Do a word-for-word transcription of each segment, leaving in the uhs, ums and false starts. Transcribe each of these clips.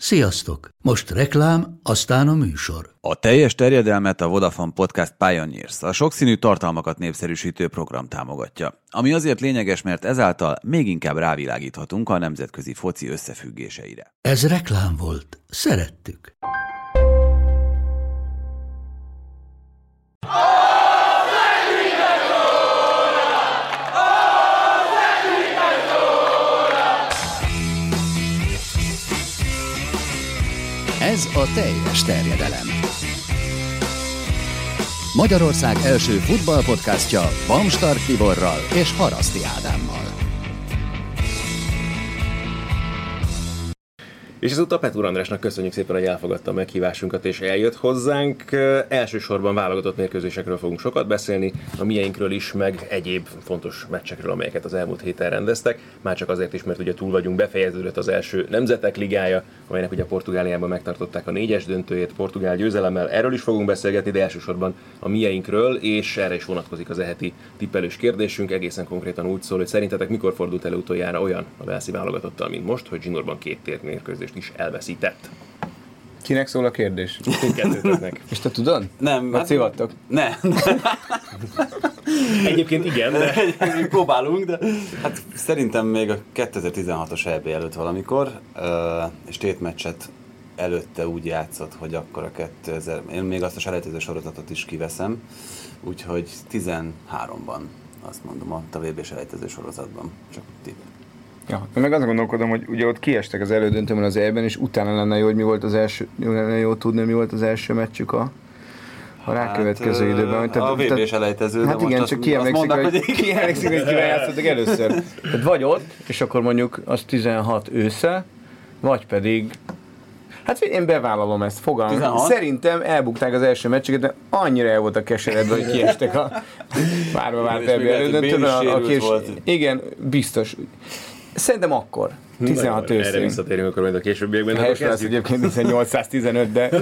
Sziasztok! Most reklám, aztán a műsor. A teljes terjedelmet a Vodafone Podcast Pioneers, a sokszínű tartalmakat népszerűsítő program támogatja. Ami azért lényeges, mert ezáltal még inkább rávilágíthatunk a nemzetközi foci összefüggéseire. Ez reklám volt. Szerettük. Ez a teljes terjedelem. Magyarország első futballpodcastja Bamstark Tiborral és Haraszti Ádámmal. És ezúttal Petúr Andrásnak köszönjük szépen, hogy elfogadta a meghívásunkat és eljött hozzánk. Elsősorban válogatott mérkőzésekről fogunk sokat beszélni, a mieinkről is, meg egyéb fontos meccsekről, amelyeket az elmúlt héten rendeztek. Már csak azért is, mert ugye túl vagyunk, befejeződött az első Nemzetek Ligája, amelynek ugye Portugáliában megtartották a négyes döntőjét portugál győzelemmel. Erről is fogunk beszélgetni, de elsősorban a mieinkről, és erre is vonatkozik az eheti tippelős kérdésünk. Egészen konkrétan úgy szól, hogy szerintetek mikor fordult elő utoljára olyan a Walesi válogatottal, mint most, hogy zsinórban két tért mérkőzést is elveszített. Kinek szól a kérdés? Kettőtöknek. És te tudod? Nem. Vagy szívattok? Nem. Egyébként igen, de... Próbálunk, de... Hát szerintem még a kétezer-tizenhatos é bé előtt valamikor, és tétmeccset előtte úgy játszott, hogy akkor a kétezer... Én még azt a selejtező sorozatot is kiveszem, úgyhogy tizenháromban, azt mondom, ott a vé bé selejtező sorozatban. Csak tipp. Ja, én meg azt gondolkodom, hogy ugye ott kiestek az elődöntőben az é bén, és utána lenne jó, hogy mi volt az első, lenne jó tudni, mi volt az első meccsük a, a rákövetkező hát, időben. Tehát, a vé bé selejtező, hát igen, csak kiemlékszik, hogy, hogy kiemlékszik, hogy kivel játszottak először. Tehát vagy ott, és akkor mondjuk az tizenhat ősze, vagy pedig... Hát én bevállalom ezt, fogalmam. tizenhat Szerintem elbukták az első meccseket, de annyira el voltak keseredve, hogy kiestek a várva várt é bé elődöntőben. A, a kés... Igen, biztos. Szerintem akkor. tizenhat őszén. Erre visszatérünk akkor majd a későbbiekben. Helyes lesz egyébként ezernyolcszáztizenöt, de...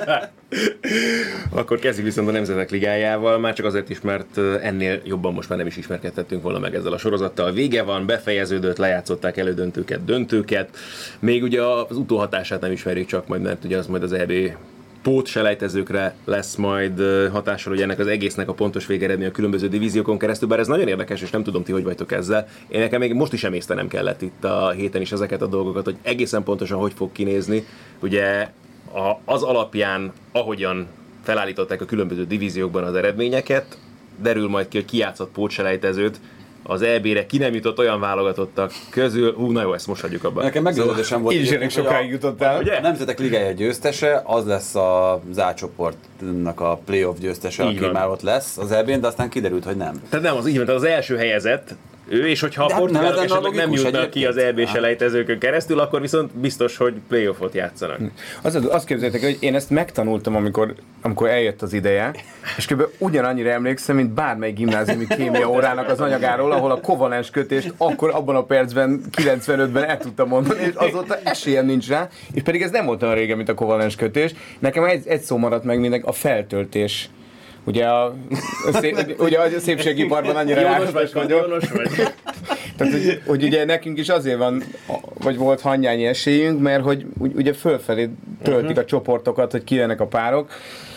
Akkor kezdjük viszont a Nemzetek Ligájával, már csak azért is, mert ennél jobban most már nem is ismerkedtettünk volna meg ezzel a sorozattal. Vége van, befejeződött, lejátszották elődöntőket, döntőket. Még ugye az utóhatását nem ismerjük csak majd, mert ugye az majd az é bé pótselejtezőkre lesz majd hatással, hogy ennek az egésznek a pontos végeredmény a különböző divíziókon keresztül, bár ez nagyon érdekes, és nem tudom ti, hogy vagytok ezzel. Én nekem még most is emésztenem kellett itt a héten is ezeket a dolgokat, hogy egészen pontosan hogy fog kinézni. Ugye az alapján, ahogyan felállították a különböző divíziókban az eredményeket, derül majd ki, hogy ki játszott pótselejtezőt az é bé-re, ki nem jutott olyan válogatottak közül. Hú, na jó, ezt most hagyjuk abban. Nekem meggyőződésem volt. Így is ennek sokáig jutottál. A Nemzetek Ligája győztese, az lesz a Z-csoportnak a playoff győztese, így aki van. Már ott lesz az é bén, de aztán kiderült, hogy nem. Tehát nem, az így van, tehát az első helyezett, ő, és hogyha a portugálok esetleg nem jutnak ki az é bé selejtezőkön keresztül, akkor viszont biztos, hogy playoffot játszanak. Az, azt képzeljétek, hogy én ezt megtanultam, amikor, amikor eljött az ideje, és kb. Ugyanannyira emlékszem, mint bármely gimnáziumi kémia órának az anyagáról, ahol a kovalens kötést akkor abban a percben, kilencvenötben el tudtam mondani, és azóta esélyem nincs rá, és pedig ez nem volt olyan régen, mint a kovalens kötés. Nekem egy, egy szó maradt meg mindig, a feltöltés. Ugye a, a, szép, ugye a szépségiparban annyira rákos vagyok. Vagy. Tehát, hogy, hogy ugye nekünk is azért van, vagy volt hangyányi esélyünk, mert hogy ugye fölfelé töltik uh-huh. a csoportokat, hogy kijönnek a párok.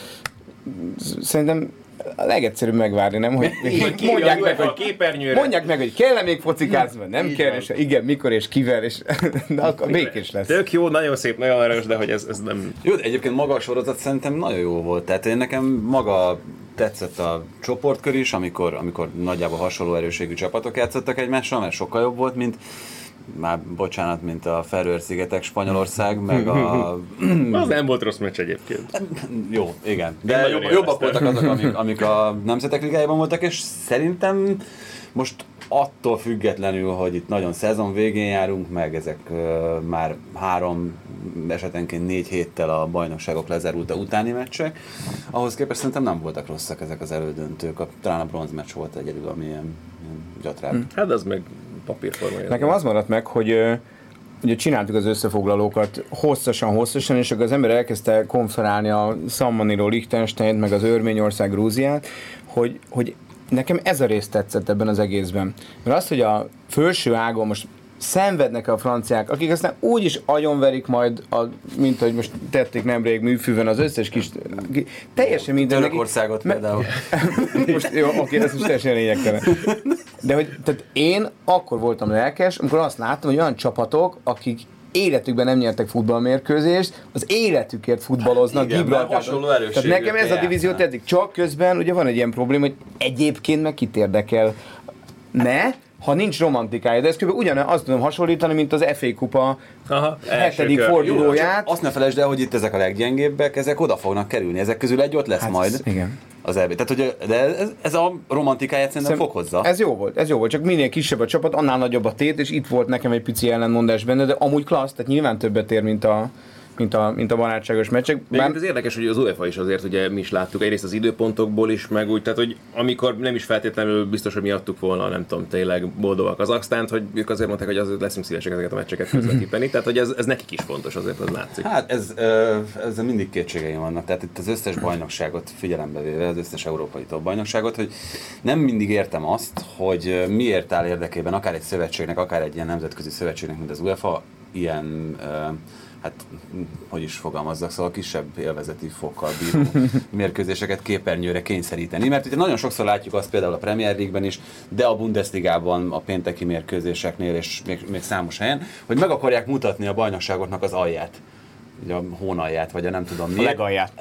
Szerintem a legegyszerűbb megvárni, nem? Hogy mondják meg, hogy, mondják meg, hogy kell-e még focikázni, vagy nem kell, és igen, mikor és kivel, és de akkor békés lesz. Tök jó, nagyon szép, nagyon aranyos, de hogy ez, ez nem... Jó, de egyébként maga a sorozat szerintem nagyon jó volt. Tehát én nekem maga tetszett a csoportkör is, amikor, amikor nagyjából hasonló erőségű csapatok játszottak egymással, mert sokkal jobb volt, mint már bocsánat, mint a Feröer-szigetek, Spanyolország, meg a... Az nem volt rossz meccs egyébként. Jó, igen. De jobb, jobbak voltak azok, amik, amik a Nemzetek Ligájában voltak, és szerintem most attól függetlenül, hogy itt nagyon szezon végén járunk, meg ezek uh, már három, esetenként négy héttel a bajnokságok lezárulta utáni meccsek, ahhoz képest szerintem nem voltak rosszak ezek az elődöntők. A, talán a bronz meccs volt egyedül, ami ilyen, ilyen gyatrább. Hmm. Hát az meg papírformája. Nekem az maradt meg, hogy uh, ugye csináltuk az összefoglalókat hosszasan-hosszasan, és akkor az ember elkezdte konferálni a San Marino, Liechtensteint, meg az Örményország, Grúziát, hogy, hogy nekem ez a rész tetszett ebben az egészben. Mert az, hogy a felső ágon most szenvednek a franciák, akik aztán úgy is agyonverik majd, a, mint ahogy most tették nemrég műfűvön az összes kis... Teljesen minden... Törökországot például. Most, jó, oké, ez most teljesen lényegtelen. De hogy tehát én akkor voltam lelkes, amikor azt láttam, hogy olyan csapatok, akik életükben nem nyertek futballmérkőzést, az életükért futballoznak. Igen, mert hasonló erősségű. Tehát nekem ez a divízió tetszik. Csak közben ugye van egy ilyen probléma, hogy egyébként meg kit érdekel. Ne, ha nincs romantikája, de ez kb. Ugyanaz azt tudom hasonlítani, mint az ef á kupa Aha, hetedik fordulóját. Azt ne felejtsd el, hogy itt ezek a leggyengébbek, ezek oda fognak kerülni. Ezek közül egy ott lesz Hát, majd. Igen. Az é bé. Tehát, hogy de ez, ez a romantikáját szerintem fokozza. Ez jó volt, ez jó volt, csak minél kisebb a csapat, annál nagyobb a tét, és itt volt nekem egy pici ellenmondás benne, de amúgy klassz, tehát nyilván többet ér, mint a, mint a, mint a barátságos meccsek. Bár... Ez érdekes, hogy az UEFA is azért, ugye mi is láttuk egyrészt az időpontokból is, meg úgy, tehát hogy amikor nem is feltétlenül biztos, hogy mi adtuk volna, nem tudom, tényleg boldogak az Kazaksztánt, hogy ők azért mondták, hogy azért leszünk szívesek ezeket a meccseket közvetíteni, tehát hogy ez, ez nekik is fontos, azért az látszik. Hát ez, ez mindig kétségeim vannak, tehát itt az összes bajnokságot figyelembe véve, az összes európai top bajnokságot, hogy nem mindig értem azt, hogy miért áll érdekében akár egy szövetségnek, akár egy ilyen nemzetközi szövetségnek, mint az UEFA, ilyen hát, hogy is fogalmazzak, szóval kisebb élvezeti fokkal bíró mérkőzéseket képernyőre kényszeríteni. Mert ugye nagyon sokszor látjuk azt például a Premier League-ben is, de a Bundesligában, a pénteki mérkőzéseknél és még, még számos helyen, hogy meg akarják mutatni a bajnokságoknak az alját. Ugye a hónalját, vagy a nem tudom mi. A legalját.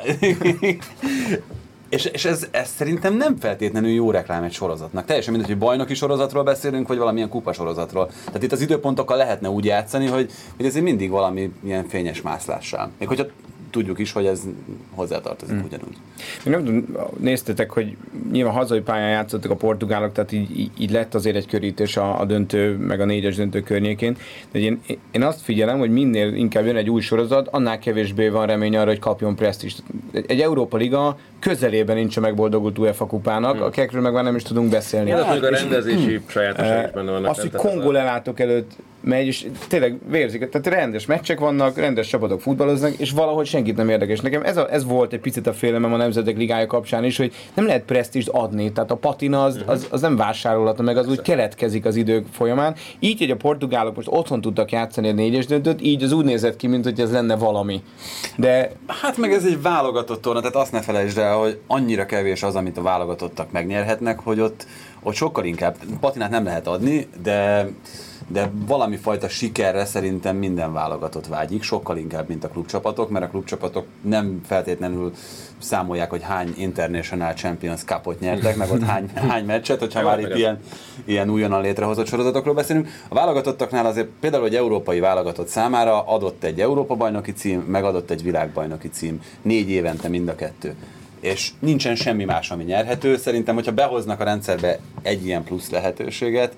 És, és ez, ez szerintem nem feltétlenül jó reklám egy sorozatnak. Teljesen mindegy, hogy bajnoki sorozatról beszélünk, vagy valamilyen kupasorozatról. Tehát itt az időpontokkal lehetne úgy játszani, hogy, hogy ezért mindig valami ilyen fényes mászlással. Még hogyha tudjuk is, hogy ez hozzátartozik hmm. ugyanúgy. Én nem tudom, néztetek, hogy nyilván hazai pályán játszottak a portugálok, tehát így, így, így lett azért egy körítés a, a döntő, meg a négyes döntő környékén. De én, én azt figyelem, hogy minél inkább jön egy új sorozat, annál kevésbé van remény arra, hogy kapjon presztízst. Egy Európa Liga közelében nincs a megboldogult UEFA kupának, hmm. akikről meg már nem is tudunk beszélni. Ez hát, a rendezési hmm. sajátosság is benne vannak. Azt, hogy Kongó lelátok előtt megy, és tényleg vérzik, tehát rendes meccsek vannak, rendes csapatok futballoznak, és valahogy senkit nem érdekes. Nekem ez, a, ez volt egy picit a félelmem a Nemzetek Ligája kapcsán is, hogy nem lehet presztízst adni, tehát a patina az, az, az nem vásárolható meg, az úgy keletkezik az idők folyamán. Így, hogy a portugálok most otthon tudtak játszani a négyes döntőt, így az úgy nézett ki, mint hogy ez lenne valami. De... Hát meg ez egy válogatott torna, tehát azt ne felejtsd el, hogy annyira kevés az, amit a válogatottak megnyerhetnek, hogy ott, ott sokkal inkább, patinát nem lehet adni, de de valami fajta sikerre szerintem minden válogatott vágyik, sokkal inkább, mint a klubcsapatok, mert a klubcsapatok nem feltétlenül számolják, hogy hány International Champions Cupot nyertek, meg ott hány, hány meccset, hogyha már itt ilyen, ilyen újonnan létrehozott sorozatokról beszélünk. A válogatottaknál azért például egy európai válogatott számára adott egy Európa-bajnoki cím, meg adott egy világbajnoki cím, négy évente mind a kettő. És nincsen semmi más, ami nyerhető. Szerintem, hogyha behoznak a rendszerbe egy ilyen plusz lehetőséget,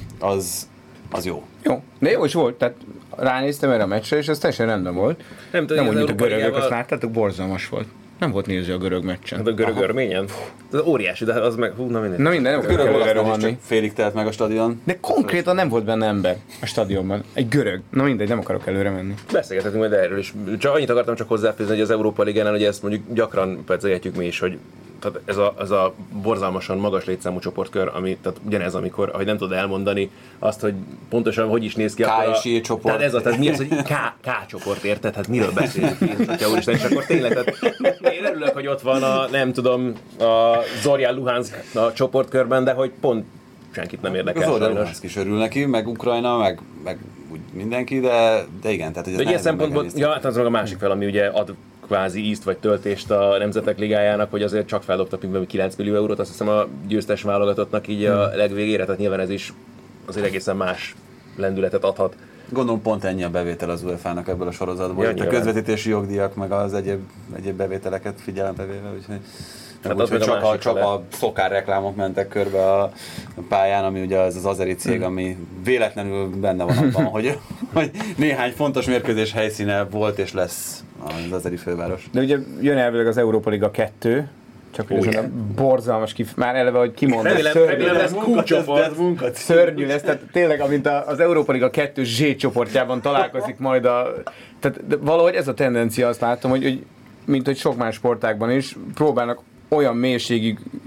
az az jó. Jó, de jó is volt, tehát ránéztem erre a meccsre, és ez teljesen rendben volt. Nem, nem úgy, mint a görögök, ligával... azt láttátok, borzalmas volt. Nem volt néző a görög meccsen. Hát a görög örményen? Ez óriási, de az meg, hú, na minden. Na minden, nem a görög olasz csak félig telt meg a stadion. De konkrétan nem volt benne ember a stadionban. Egy görög. Na mindegy, nem akarok előre menni. Beszélgethetünk majd erről is. Csak annyit akartam csak hozzáfűzni, hogy az Európa Ligánál, hogy ezt mondjuk gyakran percegetjük mi is, hogy tehát ez a, ez a borzalmasan magas létszámú csoportkör, ami, tehát ugyanez, amikor, ahogy nem tudod elmondani azt, hogy pontosan hogy is néz ki. K és I csoport. Tehát ez a, tehát mi az, hogy K, K csoport, érted? Hát miről beszélünk? Úristen, és akkor tényleg, tehát én örülök, hogy ott van a, nem tudom, a Zorya Luhansk a csoportkörben, de hogy pont senkit nem érdekel. Az Zorya Luhansk is örül neki, meg Ukrajna, meg, meg úgy mindenki, de, de igen. Tehát, hogy de ilyen szempontból, ja, hát az meg a másik fel, ami ugye ad kvázi ízt vagy töltést a Nemzetek Ligájának, hogy azért csak feldobtak még kilenc millió eurót, azt hiszem a győztes válogatottnak így a legvégére, tehát nyilván ez is azért egészen más lendületet adhat. Gondolom pont ennyi a bevétel az UEFA-nak ebből a sorozatból, ja, a közvetítési jogdíjak, meg az egyéb, egyéb bevételeket figyelembe véve, úgyhogy hát úgy, hogy csak, a, csak a szokár reklámok mentek körbe a pályán, ami ugye az az azeri cég, ami véletlenül benne van abban, hogy, hogy néhány fontos mérkőzés helyszíne volt és lesz az azeri főváros. De ugye jön elvileg az Európa Liga kettő, csak hogy ez a borzalmas kif... Már eleve, hogy kimondod, szörnyű lesz, munkacsoport. Szörnyű lesz, tehát tényleg, amint az Európa Liga kettő zé csoportjában találkozik majd a... Tehát de valahogy ez a tendencia, azt látom, hogy, hogy mint hogy sok más sportágban is próbálnak olyan mélységig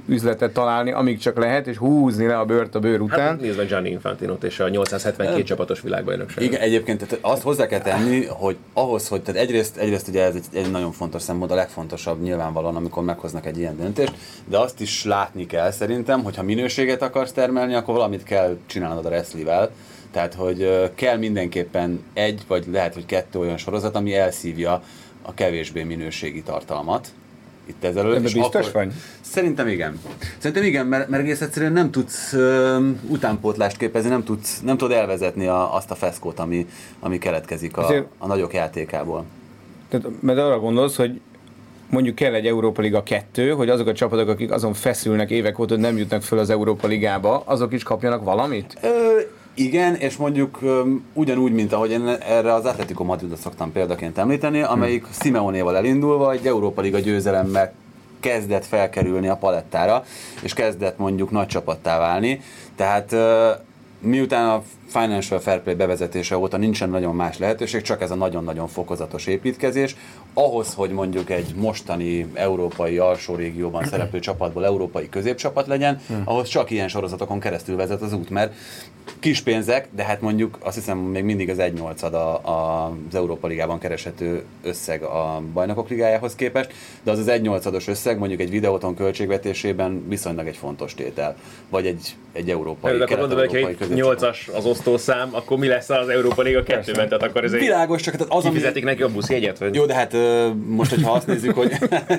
üzletet találni, amíg csak lehet, és húzni le a bőrt a bőr után. Hát nézd meg Gianni Infantinot és a nyolcszázhetvenkét csapatos világbajnokság. Igen, egyébként tehát azt hozzá kell tenni, hogy ahhoz, hogy tehát egyrészt, egyrészt ugye ez egy, egy nagyon fontos szempont, a legfontosabb nyilvánvalóan, amikor meghoznak egy ilyen döntést, de azt is látni kell szerintem, hogy ha minőséget akarsz termelni, akkor valamit kell csinálnod a wrestlivel. Tehát, hogy kell mindenképpen egy, vagy lehet, hogy kettő olyan sorozat, ami elszívja a kevésbé minőségi tartalmat. Itt ezelőtt. Ebben biztos akkor... vagy? Szerintem igen. Szerintem igen, mert, mert egész egyszerűen nem tudsz uh, utánpótlást képezni, nem, tudsz, nem tudod elvezetni a, azt a feszkót, ami, ami keletkezik a, a nagyok játékából. Tehát, mert arra gondolsz, hogy mondjuk kell egy Európa Liga kettő, hogy azok a csapatok, akik azon feszülnek évek óta, hogy nem jutnak föl az Európa Ligába, azok is kapjanak valamit? Ö, igen, és mondjuk um, ugyanúgy, mint ahogy én erre az Atletico Madridot szoktam példaként említeni, amelyik hmm. Simeonéval elindulva egy Európa Liga győzelemmel kezdett felkerülni a palettára, és kezdett mondjuk nagy csapattá válni. Tehát uh, miután a Financial Fair Play bevezetése óta nincsen nagyon más lehetőség, csak ez a nagyon-nagyon fokozatos építkezés. Ahhoz, hogy mondjuk egy mostani európai alsó régióban szereplő csapatból európai középcsapat legyen, hmm. ahhoz csak ilyen sorozatokon keresztül vezet az út, mert kis pénzek, de hát mondjuk azt hiszem még mindig az egy nyolcad a, a, az Európa Ligában kereshető összeg a Bajnokok Ligájához képest, de az az egy nyolcados összeg mondjuk egy videóton költségvetésében viszonylag egy fontos tétel, vagy egy, egy európai, kelet-európai középcsapat. nyolcas az osztószám, akkor mi lesz az Európa Liga kettőben? Tehát akkor ez világos, csak az, kifizetik neki a buszjegyet? Vagy? Jó, de hát most, hogyha azt nézzük, hogy...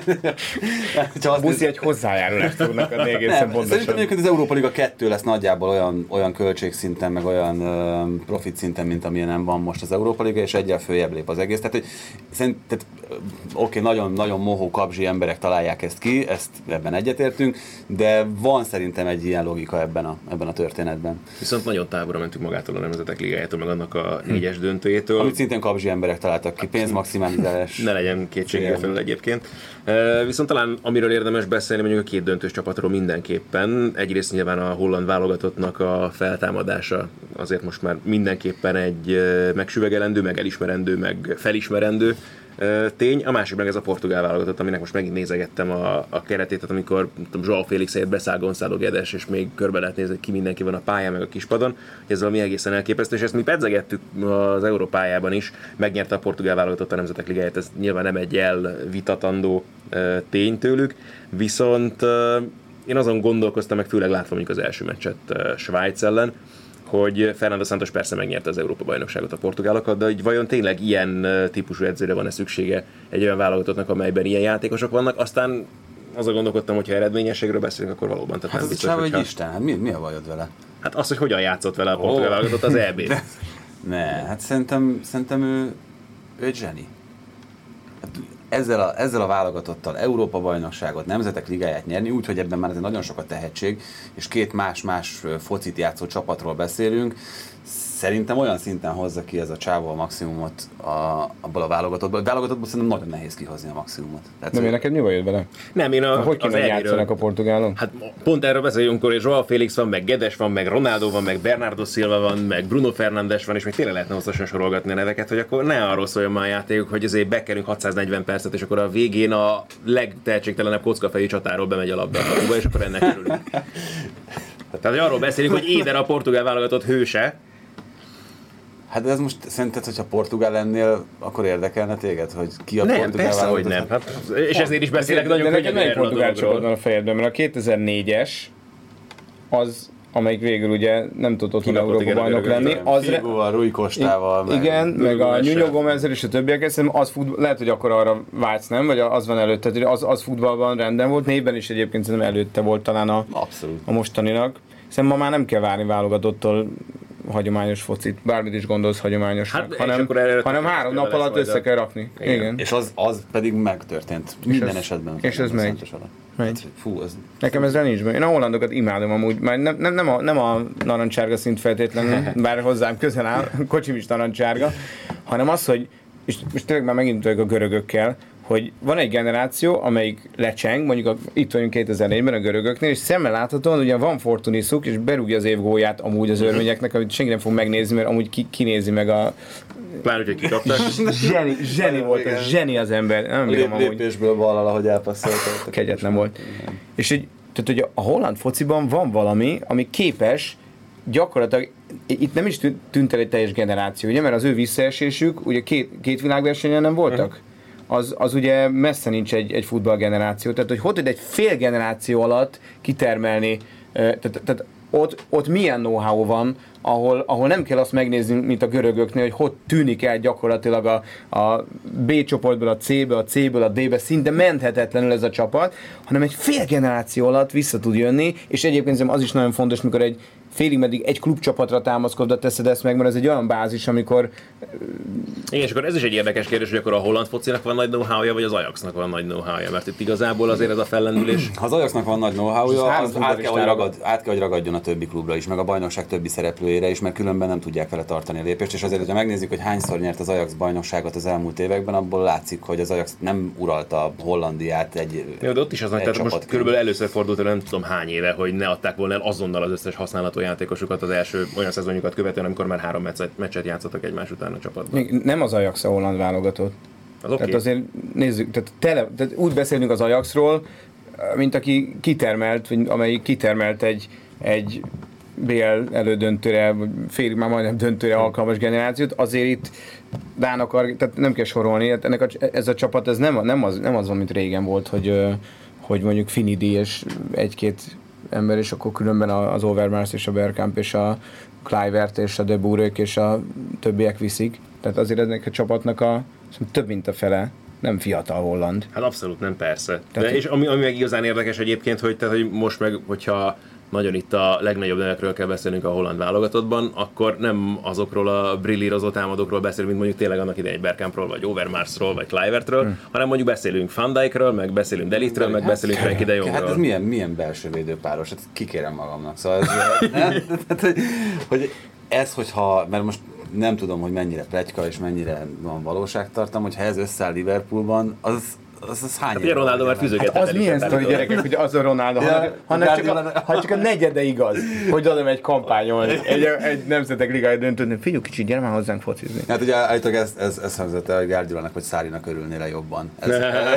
a buszjegy hozzájárulást tudnak adni egészen pontosan. Szerintem egyébként az Európa Liga kettő lesz nagyjából olyan, olyan költségszinten, meg olyan uh, profit szinten, mint amilyen van most az Európa Liga, és egyel följebb lép az egész. Tehát, hogy szerintem, oké, okay, nagyon, nagyon mohó kabzsi emberek találják ezt ki, ezt ebben egyetértünk, de van szerintem egy ilyen logika ebben a, ebben a történetben. Viszont nagyon távolra mentünk magától a Nemzetek Ligájától, meg annak a négyes döntőjétől. Amit szintén kabzsi emberek találtak ki, pénzmaximalizálás. Ne legyen kétséggel felül egyébként. Viszont talán amiről érdemes beszélni, mondjuk a két döntős csapatról mindenképpen. Egyrészt nyilván a holland válogatottnak a feltámadása azért most már mindenképpen egy megsüvegelendő, meg elismerendő, meg felismerendő tény. A másik meg ez a portugál válogatott, aminek most megint nézegettem a, a keretét, tehát amikor tudom, João Félix helyett beszáll Gonzalo Guedes, és még körbe lehet nézni, hogy ki mindenki van a pályán, meg a kispadon, hogy ez valami egészen elképesztő, és ezt mi pedzegettük az Európájában is, megnyerte a portugál válogatott a Nemzetek Ligáját, ez nyilván nem egy elvitatandó uh, tény tőlük, viszont uh, én azon gondolkoztam, meg főleg látva mondjuk az első meccset uh, Svájc ellen, hogy Fernando Santos persze megnyerte az Európa-bajnokságot a portugálokat, de hogy vajon tényleg ilyen típusú edzőre van-e szüksége egy olyan válogatottnak, amelyben ilyen játékosok vannak, aztán azon gondolkodtam, hogy ha eredményességről beszélünk, akkor valóban. Tehát hát nem ez biztos, hogy egy Isten, hát mi, mi a bajod vele? Hát az, hogy hogyan játszott vele a portugál oh. válogatott az é bén. Ne, hát szerintem, szerintem ő, ő egy zseni. Hát ezzel a, ezzel a válogatottal Európa-bajnokságot, Nemzetek Ligáját nyerni, úgyhogy ebben már ez nagyon sok a tehetség, és két más-más focit játszó csapatról beszélünk. Szerintem olyan szinten hozza ki ez a csávó a maximumot a, abból a válogatottból. A válogatottból szerintem nagyon nehéz kihozni a maximumot. Tehát, nem, én neked mi bajod vele? Nem, én a, hogy kéne játszanak a portugálon? Hát pont erről beszéljünk, hogy João Félix van, meg Guedes van, meg Ronaldo van, meg Bernardo Silva van, meg Bruno Fernandes van, és még tényleg lehetne hosszasan sorolgatni a neveket, hogy akkor ne arról szóljon már a játékok, hogy azért bekerünk hatszáznegyven percet, és akkor a végén a legtehetségtelenebb kockafejű csatáról bemegy a labda a kapuba, és akkor ennek örülünk. Tehát, hogy arról beszélünk, hogy Éder a portugál válogatott hőse. Hát ez most szerinted, hogyha portugál lennél, akkor érdekelne téged, hogy ki a nem, portugál persze, hogy nem. Hát, és ezért is beszélek nagyon könnyen erről a portugál csapatban a fejedben, mert a kétezer-négyes az, amelyik végül ugye nem tudott otthon Európa bajnok lenni. Az Figóval, Rui Costával. Igen, meg a Nuno Gomezzel és a többiek, szerintem az futball, lehet, hogy akkor arra vágysz, nem? Vagy az van előtte, az, az futballban rendben volt, névben is egyébként szerintem előtte volt talán a, a mostaninak. Szerintem ma már nem kell várni válogatottól hagyományos focit, bármit is gondolsz hagyományosnak, hát, hanem, hanem három nap alatt össze kell rakni. Igen. Igen. És az, az pedig megtörtént. Minden és esetben. És ez megy. megy. Fú, az... Nekem ezzel nincs benne. Én a hollandokat imádom amúgy, már nem, nem, nem, a, nem a narancsárga szint feltétlenül, bár hozzám közel áll, kocsim is narancsárga, hanem az, hogy, és most tényleg már megint vagyok a görögökkel, hogy van egy generáció, amelyik lecseng, mondjuk a, itt vagyunk kétezer-négyben a görögöknél, és szemmel láthatóan ugye van Fortuniszuk, és berúgja az évgóját amúgy az örményeknek, amit senki nem fog megnézni, mert amúgy ki, kinézi meg a... Pláne, hogy kikapták. Zseni, zseni volt, ez zseni az ember. Nem a lép, lépésből valahol, ahogy elpasszoltak. Kegyetlen volt. És egy tehát hogy a holland fociban van valami, ami képes gyakorlatilag, itt nem is tűnt el egy teljes generáció, ugye, mert az ő visszaesésük, ugye két, két világversenyen nem voltak? Az, az ugye messze nincs egy, egy futballgeneráció, tehát hogy hogy egy fél generáció alatt kitermelni, tehát, tehát ott, ott milyen know-how van, ahol, ahol nem kell azt megnézni, mint a görögöknél, hogy hogy tűnik el gyakorlatilag a, a B csoportból a C-be, a C-ből a D-be, szinte menthetetlenül ez a csapat, hanem egy fél generáció alatt vissza tud jönni, és egyébként az is nagyon fontos, mikor egy félig meddig egy klubcsapatra támaszkodva teszed ezt meg, mert ez egy olyan bázis, amikor... Igen, és akkor ez is egy érdekes kérdés, hogy akkor a holland focinak van nagy know-how-ja, vagy az Ajaxnak van nagy know-how-ja, mert itt igazából azért ez a fellendülés... Ha az Ajaxnak van nagy know-how-ja, az át kell, hogy ragad, át kell, hogy ragadjon a többi klubra is, meg a bajnokság többi szereplőjére is, mert különben nem tudják vele tartani a lépést, és azért, hogyha megnézzük, hogy hányszor nyert az Ajax bajnokságot az elmúlt években, abból látszik, hogy az Ajax nem uralta a Hollandiát egy Jó, de ott is az, hogy most körülbelül először fordult elő, nem tudom hány éve, hogy ne adták volna el azonnal az összes használható játékosukat az első olyan szezonjukat követően, amikor már három meccset, meccset játszottak egymás után a csapatban. Nem az Ajax a holland válogatott. Az okay. Tehát azért nézzük, tehát, tele, tehát úgy beszélünk az Ajaxról, mint aki kitermelt, vagy amelyik kitermelt egy, egy bé el elődöntőre, félig már majdnem döntőre alkalmas generációt, azért itt Dán akar, tehát nem kell sorolni, hát ennek a, ez a csapat ez nem, nem, az, nem az, mint régen volt, hogy, hogy mondjuk Finidi és egy-két ember, és akkor különben az Overmars és a Bergkamp és a Kluivert és a De Boerök és a többiek viszik. Tehát azért ennek a csapatnak a több mint a fele nem fiatal holland. Hát abszolút nem, persze. Tehát, De és ami, ami meg igazán érdekes egyébként, hogy, tehát, hogy most meg, hogyha nagyon itt a legnagyobb nevekről kell beszélnünk a holland válogatottban, akkor nem azokról a brillírozó támadókról beszélünk, mint mondjuk tényleg annak idején Bergkampról, vagy Overmarsról, vagy Kluivertről, hmm. hanem mondjuk beszélünk Van Dijkről, meg beszélünk De Ligtről, meg beszélünk hát, Frenkie de Jongról. Hát ez milyen, milyen belső védőpáros, hát kikérem magamnak. Szóval ez, nem? Tehát, hogy ez, hogyha, mert most nem tudom, hogy mennyire pletyka és mennyire van valóságtartam, hogyha ez összeáll Liverpoolban, az az, az hány hát ugye Ronaldo már füzögetett. Hát az milyen sztori, gyerekek, hogy az a Ronaldo, ja, hanem, hanem csak, a, ha csak a negyede igaz, hogy oda egy kampányon, egy, egy nemzetek ligája döntőn, figyelj kicsit, gyere már hozzánk focizni. Hát ugye állítólag ez, ez, ez hangzott el, hogy Guardiolanak vagy Sarrinak örülnél jobban. Ez,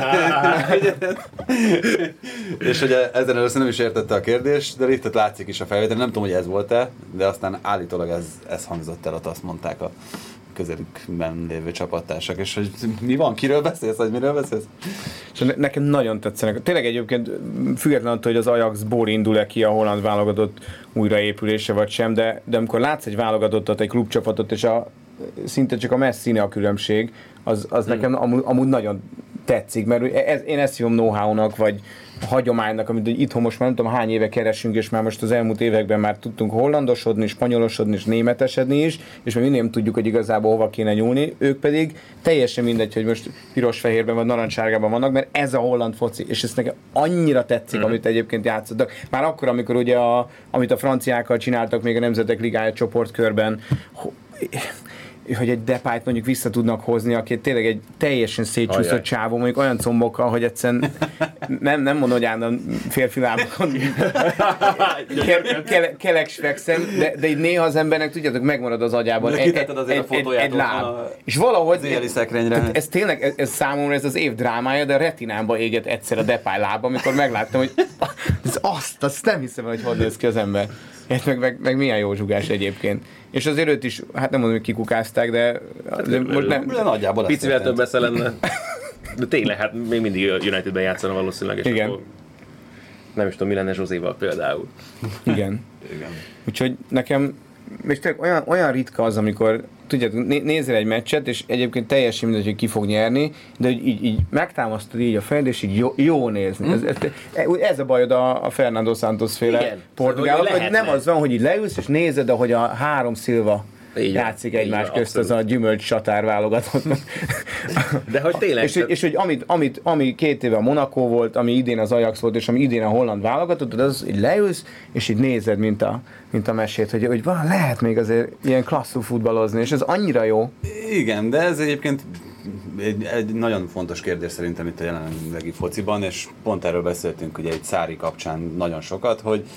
és ugye ezen először nem is értette a kérdést, de itt látszik is a felvétel, nem tudom, hogy ez volt-e, de aztán állítólag ez, ez hangzott el, ott azt mondták a közelükben lévő csapattársak, és hogy mi van, kiről beszélsz, vagy miről beszélsz? És nekem nagyon tetszenek. Tényleg egyébként független attól, hogy az Ajaxból indul-e ki a holland válogatott újraépülése vagy sem, de, de amikor látsz egy válogatottat, egy klubcsapatot, és a, szinte csak a messzine a különbség, az, az hmm. nekem amúgy, amúgy nagyon tetszik, mert ez, én ezt hívom know-how-nak, vagy hagyománynak, amit itthon most már nem tudom hány éve keresünk, és már most az elmúlt években már tudtunk hollandosodni, spanyolosodni és németesedni is, és még mindig nem tudjuk, hogy igazából hova kéne nyúlni, ők pedig teljesen mindegy, hogy most piros-fehérben vagy narancssárgában vannak, mert ez a holland foci, és ez nekem annyira tetszik, mm. amit egyébként játszottak. Már akkor, amikor ugye a, amit a franciákkal csináltak még a Nemzetek Ligája csoportkörben, hogy egy Depayt mondjuk vissza tudnak hozni, aki tényleg egy teljesen szétcsúszott csávó, mondjuk olyan combokkal, hogy egyszerűen nem, nem mondom, hogy állna férfi lábakon ke, keleksfekszem, de, de így néha az embernek, tudjátok, megmarad az agyában egy, egy, egy, egy, egy láb. És valahogy szekrényre. Ez tényleg, ez, ez számomra ez az év drámája, de a retinámba égett egyszer a Depay lába, amikor megláttam, hogy ez azt, azt nem hiszem, hogy hogy néz ki az ember. Meg, meg, meg milyen jó zsugás egyébként. És azért őt is, hát nem mondom, hogy kikukázták, de, de most nem. De nagyjából picivel több esze lenne. De tényleg, hát még mindig Unitedben játszana valószínűleg, és igen. Akkor nem is tudom, mi lenne Zsozéval például. Igen. Igen. Úgyhogy nekem, és tényleg olyan, olyan ritka az, amikor tudjátok, nézzél egy meccset, és egyébként teljesen mindegy, hogy ki fog nyerni, de így, így, így megtámasztod így a fejed, és így jó, jó nézni. Mm. Ez, ez, ez a bajod a, a Fernando Santos féle portugálok, hogy nem az van, hogy így leülsz, és nézed, ahogy a három Silva így játszik így egymás van, közt, az a gyümölcs satár válogatott. De hogy tényleg. és, és hogy amit, amit, ami két éve a Monaco volt, ami idén az Ajax volt, és ami idén a holland válogatott, az így leülsz, és így nézed, mint a, mint a mesét, hogy, hogy van, lehet még azért ilyen klasszú futballozni, és ez annyira jó. Igen, de ez egyébként egy, egy nagyon fontos kérdés szerintem itt a jelenlegi fociban, és pont erről beszéltünk ugye egy Sarri kapcsán nagyon sokat, hogy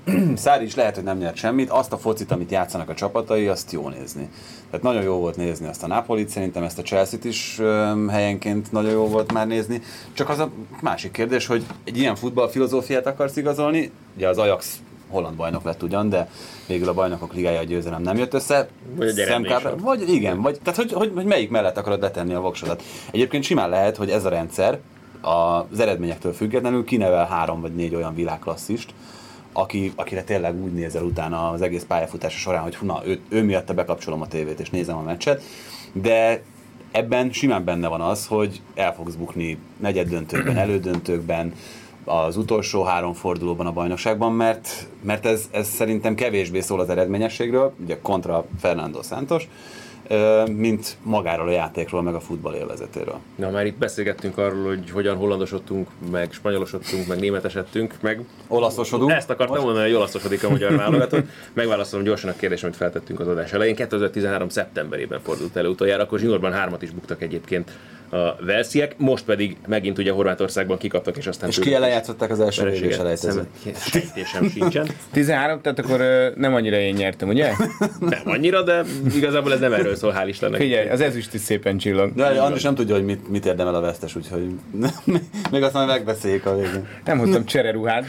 Szári is lehet, hogy nem nyert semmit, azt a focit, amit játszanak a csapatai, azt jó nézni. Tehát nagyon jó volt nézni azt a Napolit, szerintem ezt a Chelsea-t is um, helyenként nagyon jó volt már nézni. Csak az a másik kérdés, hogy egy ilyen futballfilozófiát akarsz igazolni, ugye az Ajax holland bajnok lett ugyan, de végül a bajnokok ligája a győzelem nem jött össze. Vagy Szemkábra, vagy igen, vagy, tehát hogy, hogy, hogy melyik mellett akarod letenni a voksodat. Egyébként simán lehet, hogy ez a rendszer az eredményektől függetlenül kinevel három vagy négy olyan világklasszist, aki, akire tényleg úgy nézel utána az egész pályafutása során, hogy na, ő, ő miatt bekapcsolom a tévét és nézem a meccset, de ebben simán benne van az, hogy el fogsz bukni negyeddöntőkben, elődöntőkben, az utolsó három fordulóban a bajnokságban, mert, mert ez, ez szerintem kevésbé szól az eredményességről, ugye kontra Fernando Santos, mint magáról a játékról, meg a futball élvezetéről. Na, már itt beszélgettünk arról, hogy hogyan hollandosodtunk, meg spanyolosodtunk, meg németesedtünk, meg olaszosodunk. Ezt akartam most mondani, hogy olaszosodik a magyar válogatott. Megválaszolom gyorsan a kérdést, amit feltettünk az adás elején. kétezer-tizenhárom szeptemberében fordult elő utoljára, akkor zsinórban hármat is buktak egyébként a velsziek, most pedig megint ugye Horvátországban kikaptak, és aztán... És ki ellen játszották az első végül selejtezőt? Sejtésem sincsen. tizenhárom, tehát akkor nem annyira én nyertem, ugye? Nem annyira, de igazából ez nem erről szól, hál' Istennek. Figyelj, az ezüst is szépen csillag. De Andris nem tudja, hogy mit, mit érdemel a vesztes, úgyhogy még azt majd megbeszéljük a végén. Nem hoztam csereruhát.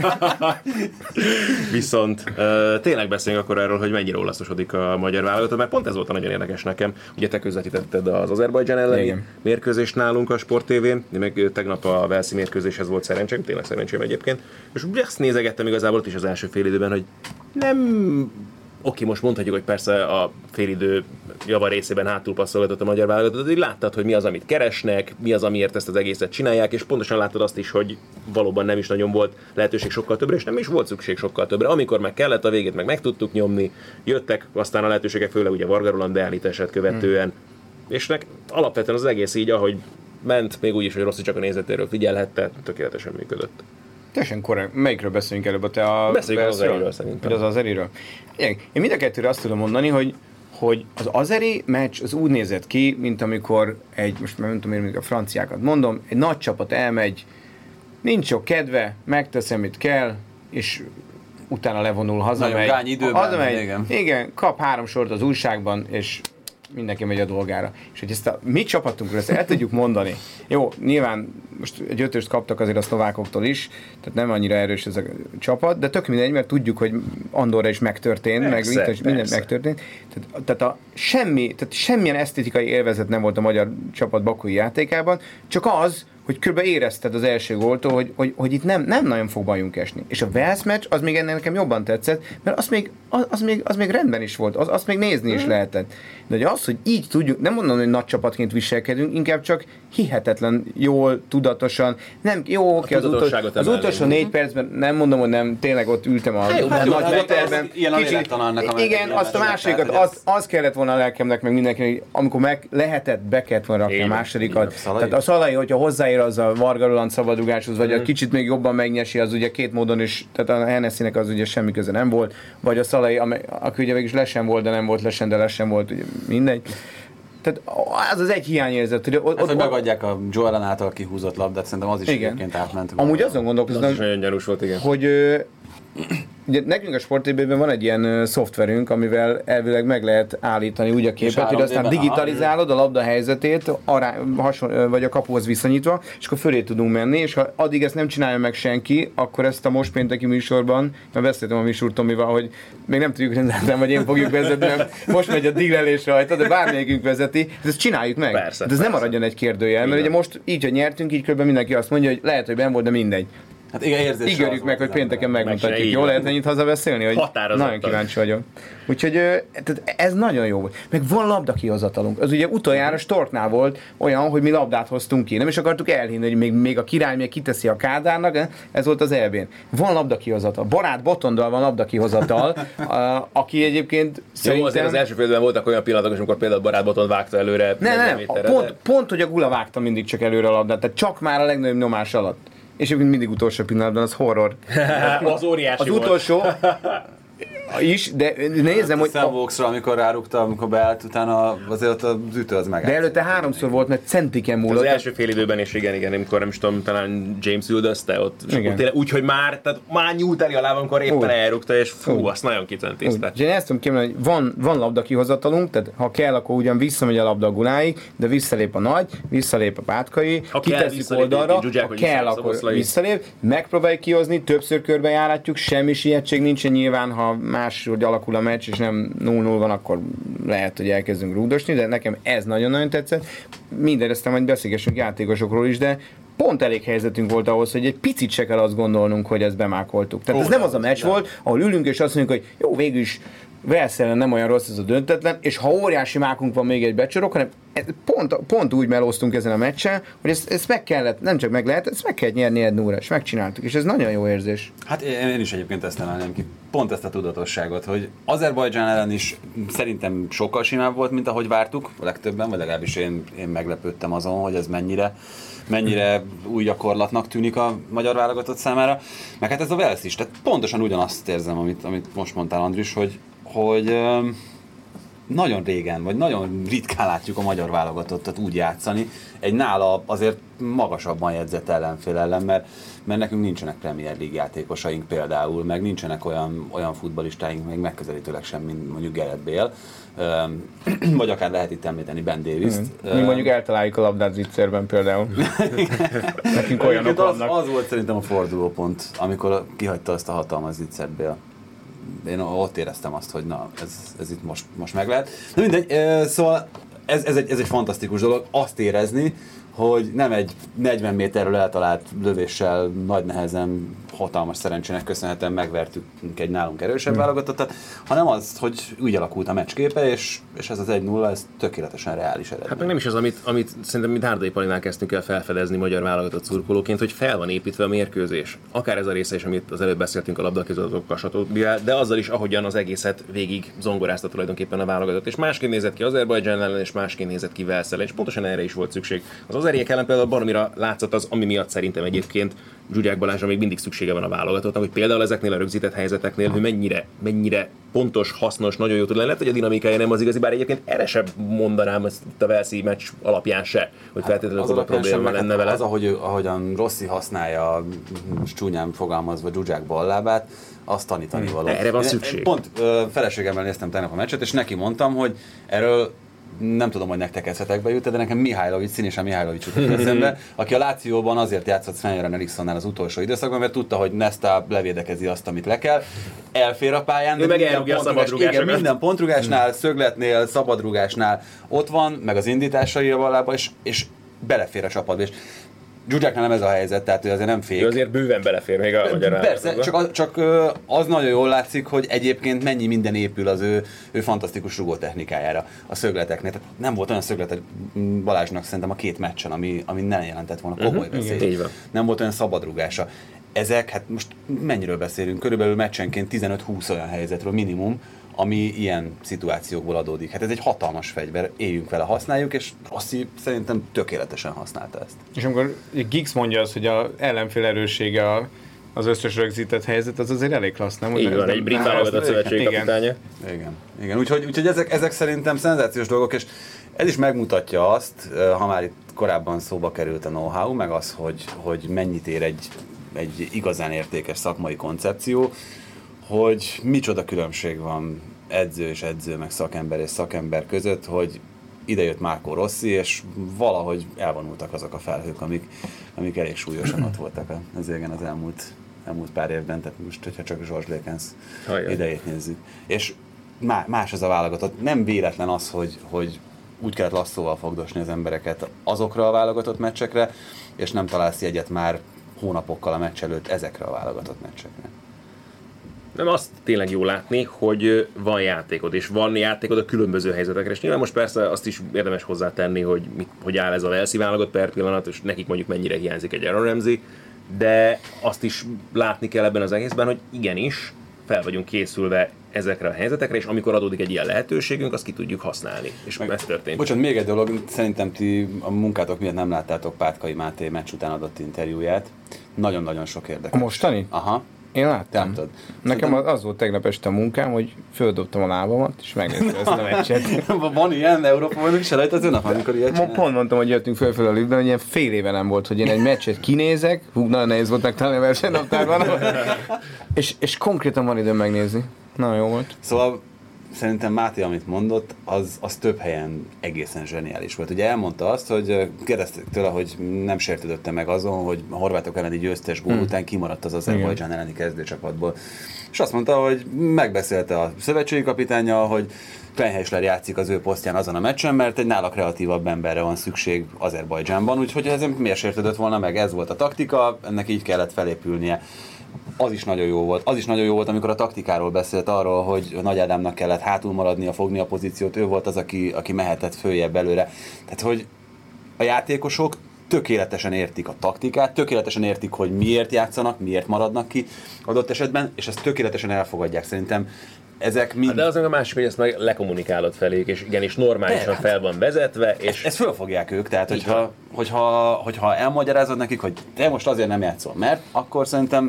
Viszont uh, tényleg beszéljünk akkor erről, hogy mennyire olaszosodik a magyar válogatott, mert pont ez volt a nagyon érdekes nekem. Ugye te közvetítetted az Azerbajdzsán elleni mérkőzést nálunk a Sport té vén, meg tegnap a velszi mérkőzéshez volt szerencsém, tényleg szerencsém egyébként, és ezt nézegettem igazából ott is az első fél időben, hogy nem... Oké, most mondhatjuk, hogy persze a félidő java részében hátul passzolgatott a magyar válogatott, de láttad, hogy mi az, amit keresnek, mi az, amiért ezt az egészet csinálják, és pontosan láttad azt is, hogy valóban nem is nagyon volt lehetőség sokkal többre, és nem is volt szükség sokkal többre. Amikor meg kellett, a végét meg meg tudtuk nyomni, jöttek aztán a lehetőségek, főleg ugye Varga Roland beállítását követően, mm. és nek alapvetően az egész így, ahogy ment, még úgy is, hogy Rossi csak a nézetéről figyelhette, tökéletesen működött. Teljesen korrekt. Melyikről beszélünk előbb? Te a beszéljünk az Azeriről szerintem. Az Azeriről. Én mind a kettőre azt tudom mondani, hogy, hogy az azeri meccs az úgy nézett ki, mint amikor egy, most már nem tudom, mint a franciákat mondom, egy nagy csapat elmegy, nincs sok kedve, megtesz, amit kell, és utána levonul, hazamegy. Nagyon gány időben, hazamegy, igen. Igen, kap három sort az újságban, és mindenki megy a dolgára. És hogy ezt a mi csapatunkról ezt el tudjuk mondani. Jó, nyilván most egy ötöst kaptak azért a szlovákoktól is, tehát nem annyira erős ez a csapat, de tök mindegy, mert tudjuk, hogy Andorra is megtörtént, persze, meg minden persze. megtörtént. Tehát, tehát, a semmi, tehát semmilyen esztétikai élvezet nem volt a magyar csapat bakui játékában, csak az, hogy kb. Érezted az első góltól, hogy, hogy, hogy itt nem, nem nagyon fog bajunk esni. És a Wales meccs, az még ennél nekem jobban tetszett, mert az még, az, az még, az még rendben is volt, az, azt még nézni is lehetett. De hogy az, hogy így tudjuk, nem mondom, hogy nagy csapatként viselkedünk, inkább csak hihetetlen jól, tudatosan, nem, jó, oké, az, utol, az utolsó négy percben nem mondom, hogy nem, tényleg ott ültem a, hát jó, a hát nagy hotelben. Igen, azt a másikat, az, az kellett volna a lelkemnek, meg mindenkinek, amikor meg lehetett, be kellett volna rakni a másodikat. Tehát a Szalai, hogyha hozzáér az a Varga Roland szabadrugáshoz, vagy a kicsit még jobban megnyesi, az ugye két módon is, tehát a Hennessy-nek az ugye semmi köze nem volt, vagy a Szalai, aki ugye végül is lesen volt, de nem volt lesen, de lesen volt, ugye mindegy. Tehát az az egy hiányérzet, hogy ott, hát, hogy megadják a Joelan által kihúzott labdát, szerintem az is egyébként átment. Amúgy azon gondolkozom, az nagyon gyanús volt, igen. Hogy ugye nekünk a Sport té vében van egy ilyen uh, szoftverünk, amivel elvileg meg lehet állítani úgy a képet, hogy aztán digitalizálod a labda helyzetét, ará, hason, vagy a kapuhoz viszonyítva, és akkor fölé tudunk menni, és ha addig ezt nem csinálja meg senki, akkor ezt a most pénteki műsorban, mert beszéltem a műsor Tomival, hogy még nem tudjuk rendelni, vagy én fogjuk vezetni, mert most megy a diglelés rajta, de bármelyikünk vezeti, ezt csináljuk meg. Persze, de ez persze. Nem maradjon egy kérdőjel, mert ugye most így, hogy nyertünk, így kb. Mindenki azt mondja, hogy lehet, hogy benn volt, de mindegy. Hát igen, érzés. Ígérjük meg, hogy pénteken megmutatjuk. Jól lehet ennyit hazabeszélni? Hogy nagyon kíváncsi vagyok. Úgyhogy tehát ez nagyon jó volt. Meg van labdakihozatalunk. Az ugye utoljára Storknál volt olyan, hogy mi labdát hoztunk ki. Nem is akartuk elhinni, hogy még, még a király még kiteszi a Kádárnak. Ez volt az é bén. Van labdakihozatal. Barát Botondal van labdakihozatal, aki egyébként szerintem... Jó, azért az első félben voltak olyan pillanatok, amikor például Barát Botond vágta előre. Nem, nem, méterre, pont, de... pont, hogy a Gula vágta mindig csak előre a labdát. Tehát csak már a legnagyobb nyomás alatt. És mindig utolsó pillanatban, az horror. Az óriási Az utolsó, is, de nézem, hogy... A Voxra, amikor rárugta, amikor beállt, utána azért az ütő az meg. De előtte háromszor volt, mert centiken múlott. Az első fél időben is igen, igen, amikor nem is tudom, talán James üldözte ott, és akkor tényleg úgy, hogy már, tehát már nyújt elé a lábam, amikor éppen úgy elrugta, és fú, úgy. Azt nagyon kicentézte. Én ezt tudom kiemelni, hogy van, van labda kihozatalunk, tehát ha kell, akkor ugyan visszamegy a labda a Guláig, de visszalép a Nagy, visszalép a Pátkai, kiteszik oldalra, ha kell, akkor visszalép, megpróbáljuk kihozni, többször körbejáratjuk, semmi sietség nincsen, nyilván, ha máshogy alakul a meccs, és nem nulla nulla van, akkor lehet, hogy elkezdünk rúgdosni, de nekem ez nagyon-nagyon tetszett. Minden aztán majd beszélgessünk játékosokról is, de pont elég helyzetünk volt ahhoz, hogy egy picit se kell azt gondolnunk, hogy ezt bemákoltuk. Tehát Ó, ez nem az a meccs nem. volt, ahol ülünk és azt mondjuk, hogy jó, végül is Wales ellen nem olyan rossz ez a döntetlen, és ha óriási mákunk van még egy becsorok, hanem pont, pont úgy melóztunk ezen a meccsen, hogy ezt, ezt meg kellett, nem csak meg lehet, ezt meg kellett nyerni egy nullra, és megcsináltuk, és ez nagyon jó érzés. Hát én, én is egyébként ezt emelném ki, pont ezt a tudatosságot, hogy Azerbajdzsán ellen is szerintem sokkal simább volt, mint ahogy vártuk, a legtöbben, vagy legalábbis én, én meglepődtem azon, hogy ez mennyire mennyire új gyakorlatnak tűnik a magyar válogatott számára. Meg hát ez a Wales is, tehát pontosan ugyanazt érzem, amit, amit most mondtál, Andris, hogy, hogy nagyon régen, vagy nagyon ritkán látjuk a magyar válogatottat úgy játszani, egy nála azért magasabban jegyzett ellenfél ellen, mert, mert nekünk nincsenek Premier League játékosaink például, meg nincsenek olyan, olyan futballistáink, még megközelítőleg sem, mint mondjuk Gareth Bale, vagy akár lehet itt említeni Ben Davis-t. Mi mondjuk eltaláljuk a labdát zicserben például. Nekünk olyanok az, vannak. Az volt szerintem a fordulópont, amikor kihagyta azt a hatalmas zicsert Bale. Én ott éreztem azt, hogy na, ez, ez itt most, most meg lehet. De mindegy, szóval ez, ez, egy, ez egy fantasztikus dolog, azt érezni, hogy nem egy negyven méterről eltalált lövéssel nagy nehezen, hatalmas szerencsének köszönhetően megvertük egy nálunk erősebb válogatottat, hanem az, hogy úgy alakult a meccsképe, és, és ez az egy nulla, ez tökéletesen reális eredmény. Hát meg nem is az, amit, amit szerintem mi Dárdai Palinál kezdtünk el felfedezni magyar válogatott szurkolóként, hogy fel van építve a mérkőzés. Akár ez a része is, amit az előbb beszéltünk a labdakezőzőkkel, stb. De azzal is, ahogyan az egészet végig zongorázta tulajdonképpen a válogatott. És másként nézett ki Azerbajdzsán ellen, és másként nézett ki Wales ellen, és pontosan erre is volt szükség. Az azeriek ellen például baromira látszott az, ami miatt szerintem egyébként Zsuzsák Balázsra még mindig szüksége van a válogatottnak, hogy például ezeknél a rögzített helyzeteknél, hogy mennyire, mennyire pontos, hasznos, nagyon jó tud lenni. Lehet, hogy a dinamikája nem az igazi, bár egyébként erre sem mondanám ezt a Walesi meccs alapján se, hogy hát feltétlenül az a probléma lenne vele. Az, ahogy, ahogyan Rossi használja, csúnyán fogalmazva Zsuzsák ballábát, azt tanítani való. Erre van szükség. Pont uh, feleségemmel néztem tegnap a meccset, és neki mondtam, hogy erről nem tudom, hogy nektek eszetekbe jut, de nekem Mihajlovics, Színesen Mihajlovics jutott eszembe, aki a Lációban azért játszott Sven-Göran Erikssonnál az utolsó időszakban, mert tudta, hogy Nesta levédekezi azt, amit le kell. Elfér a pályán, de meg minden, pontrugás, igen, minden pontrugásnál, szögletnél, szabadrugásnál ott van, meg az indításai a ballába, és, és belefér a csapatba. És Zsuzsáknál nem ez a helyzet, tehát ő azért nem fék. Ő azért bőven belefér még a magyar Persze, csak az, csak az nagyon jól látszik, hogy egyébként mennyi minden épül az ő, ő fantasztikus rugótechnikájára a szögleteknél. Tehát nem volt olyan szöglet Balázsnak szerintem a két meccsen, ami, ami nem jelentett volna komoly uh-huh, veszélyt. Nem volt olyan szabadrugása. Ezek, hát most mennyiről beszélünk? Körülbelül meccsenként tizenöt-húsz olyan helyzetről minimum, ami ilyen szituációkból adódik. Hát ez egy hatalmas fegyver, éljünk vele, használjuk, és Rossi szerintem tökéletesen használta ezt. És amikor Giggs mondja azt, hogy az ellenfél erőssége a, az összes rögzített helyzet, az azért elég klassz, nem? Így van, egy brit válogatott szövetségi kapitánya. Igen, igen. Úgyhogy, úgyhogy ezek, ezek szerintem szenzációs dolgok, és ez is megmutatja azt, ha már itt korábban szóba került a know-how, meg az, hogy, hogy mennyit ér egy, egy igazán értékes szakmai koncepció, hogy micsoda különbség van edző és edző, meg szakember és szakember között, hogy idejött Marco Rossi, és valahogy elvonultak azok a felhők, amik, amik elég súlyosan ott voltak az égen az elmúlt, elmúlt pár évben, tehát most, hogyha csak George Lakens idejét nézzük. És más az a válogatott. Nem véletlen az, hogy, hogy úgy kellett lasszóval fogdosni az embereket azokra a válogatott meccsekre, és nem találsz jegyet már hónapokkal a meccs előtt ezekre a válogatott meccsekre. Nem, azt tényleg jó látni, hogy van játékod, és van játékod a különböző helyzetekre, és nyilván most persze azt is érdemes hozzátenni, hogy, mit, hogy áll ez a Walesi válogatott per pillanat, és nekik mondjuk mennyire hiányzik egy Aaron Ramsey, de azt is látni kell ebben az egészben, hogy igenis fel vagyunk készülve ezekre a helyzetekre, és amikor adódik egy ilyen lehetőségünk, azt ki tudjuk használni. És meg, ez történt. Bocsánat, még egy dolog, szerintem ti a munkátok miatt nem láttátok Pátkai Máté meccs után adott interjúját. Nagyon-nagyon sok érdekes. A mostani? Aha. Én láttam. Láttad. Nekem az volt tegnap este a munkám, hogy földobtam a lábamat, és megnéztem ezt a meccset. Van ilyen Európa-bajnok is elejtező nap, amikor ilyet csinál? Pont mondtam, hogy jöttünk fölfel a liftben, hogy ilyen fél éve nem volt, hogy én egy meccset kinézek, hú, nagyon nehéz volt megtalálni a versenynaptárban, és, és konkrétan van időm megnézni. Nagyon jó volt. Szóval szerintem Máté, amit mondott, az, az több helyen egészen zseniális volt. Ugye elmondta azt, hogy kérdezték tőle, hogy nem sértődötte meg azon, hogy a horvátok elleni győztes gól hmm. után kimaradt az Azerbajdzsán elleni kezdőcsapatból. És azt mondta, hogy megbeszélte a szövetségi kapitánnyal, hogy Kleinheisler játszik az ő posztján azon a meccsen, mert egy nála kreatívabb emberre van szükség Azerbajdzsánban, úgyhogy ezen miért sértődött volna meg, ez volt a taktika, ennek így kellett felépülnie. Az is nagyon jó volt. Az is nagyon jó volt, amikor a taktikáról beszélt arról, hogy Nagy Ádámnak kellett hátul maradnia, fogni a pozíciót, ő volt az, aki, aki mehetett följebb előre. Tehát, hogy a játékosok tökéletesen értik a taktikát, tökéletesen értik, hogy miért játszanak, miért maradnak ki adott esetben, és ezt tökéletesen elfogadják. Szerintem ezek mind... De az meg a másik, hogy ezt meg lekommunikálod feléjük, és igenis normálisan hát, fel van vezetve, és... Ezt, ezt fölfogják ők, tehát hogyha, hogyha, hogyha elmagyarázod nekik, hogy te most azért nem játszol, mert akkor szerintem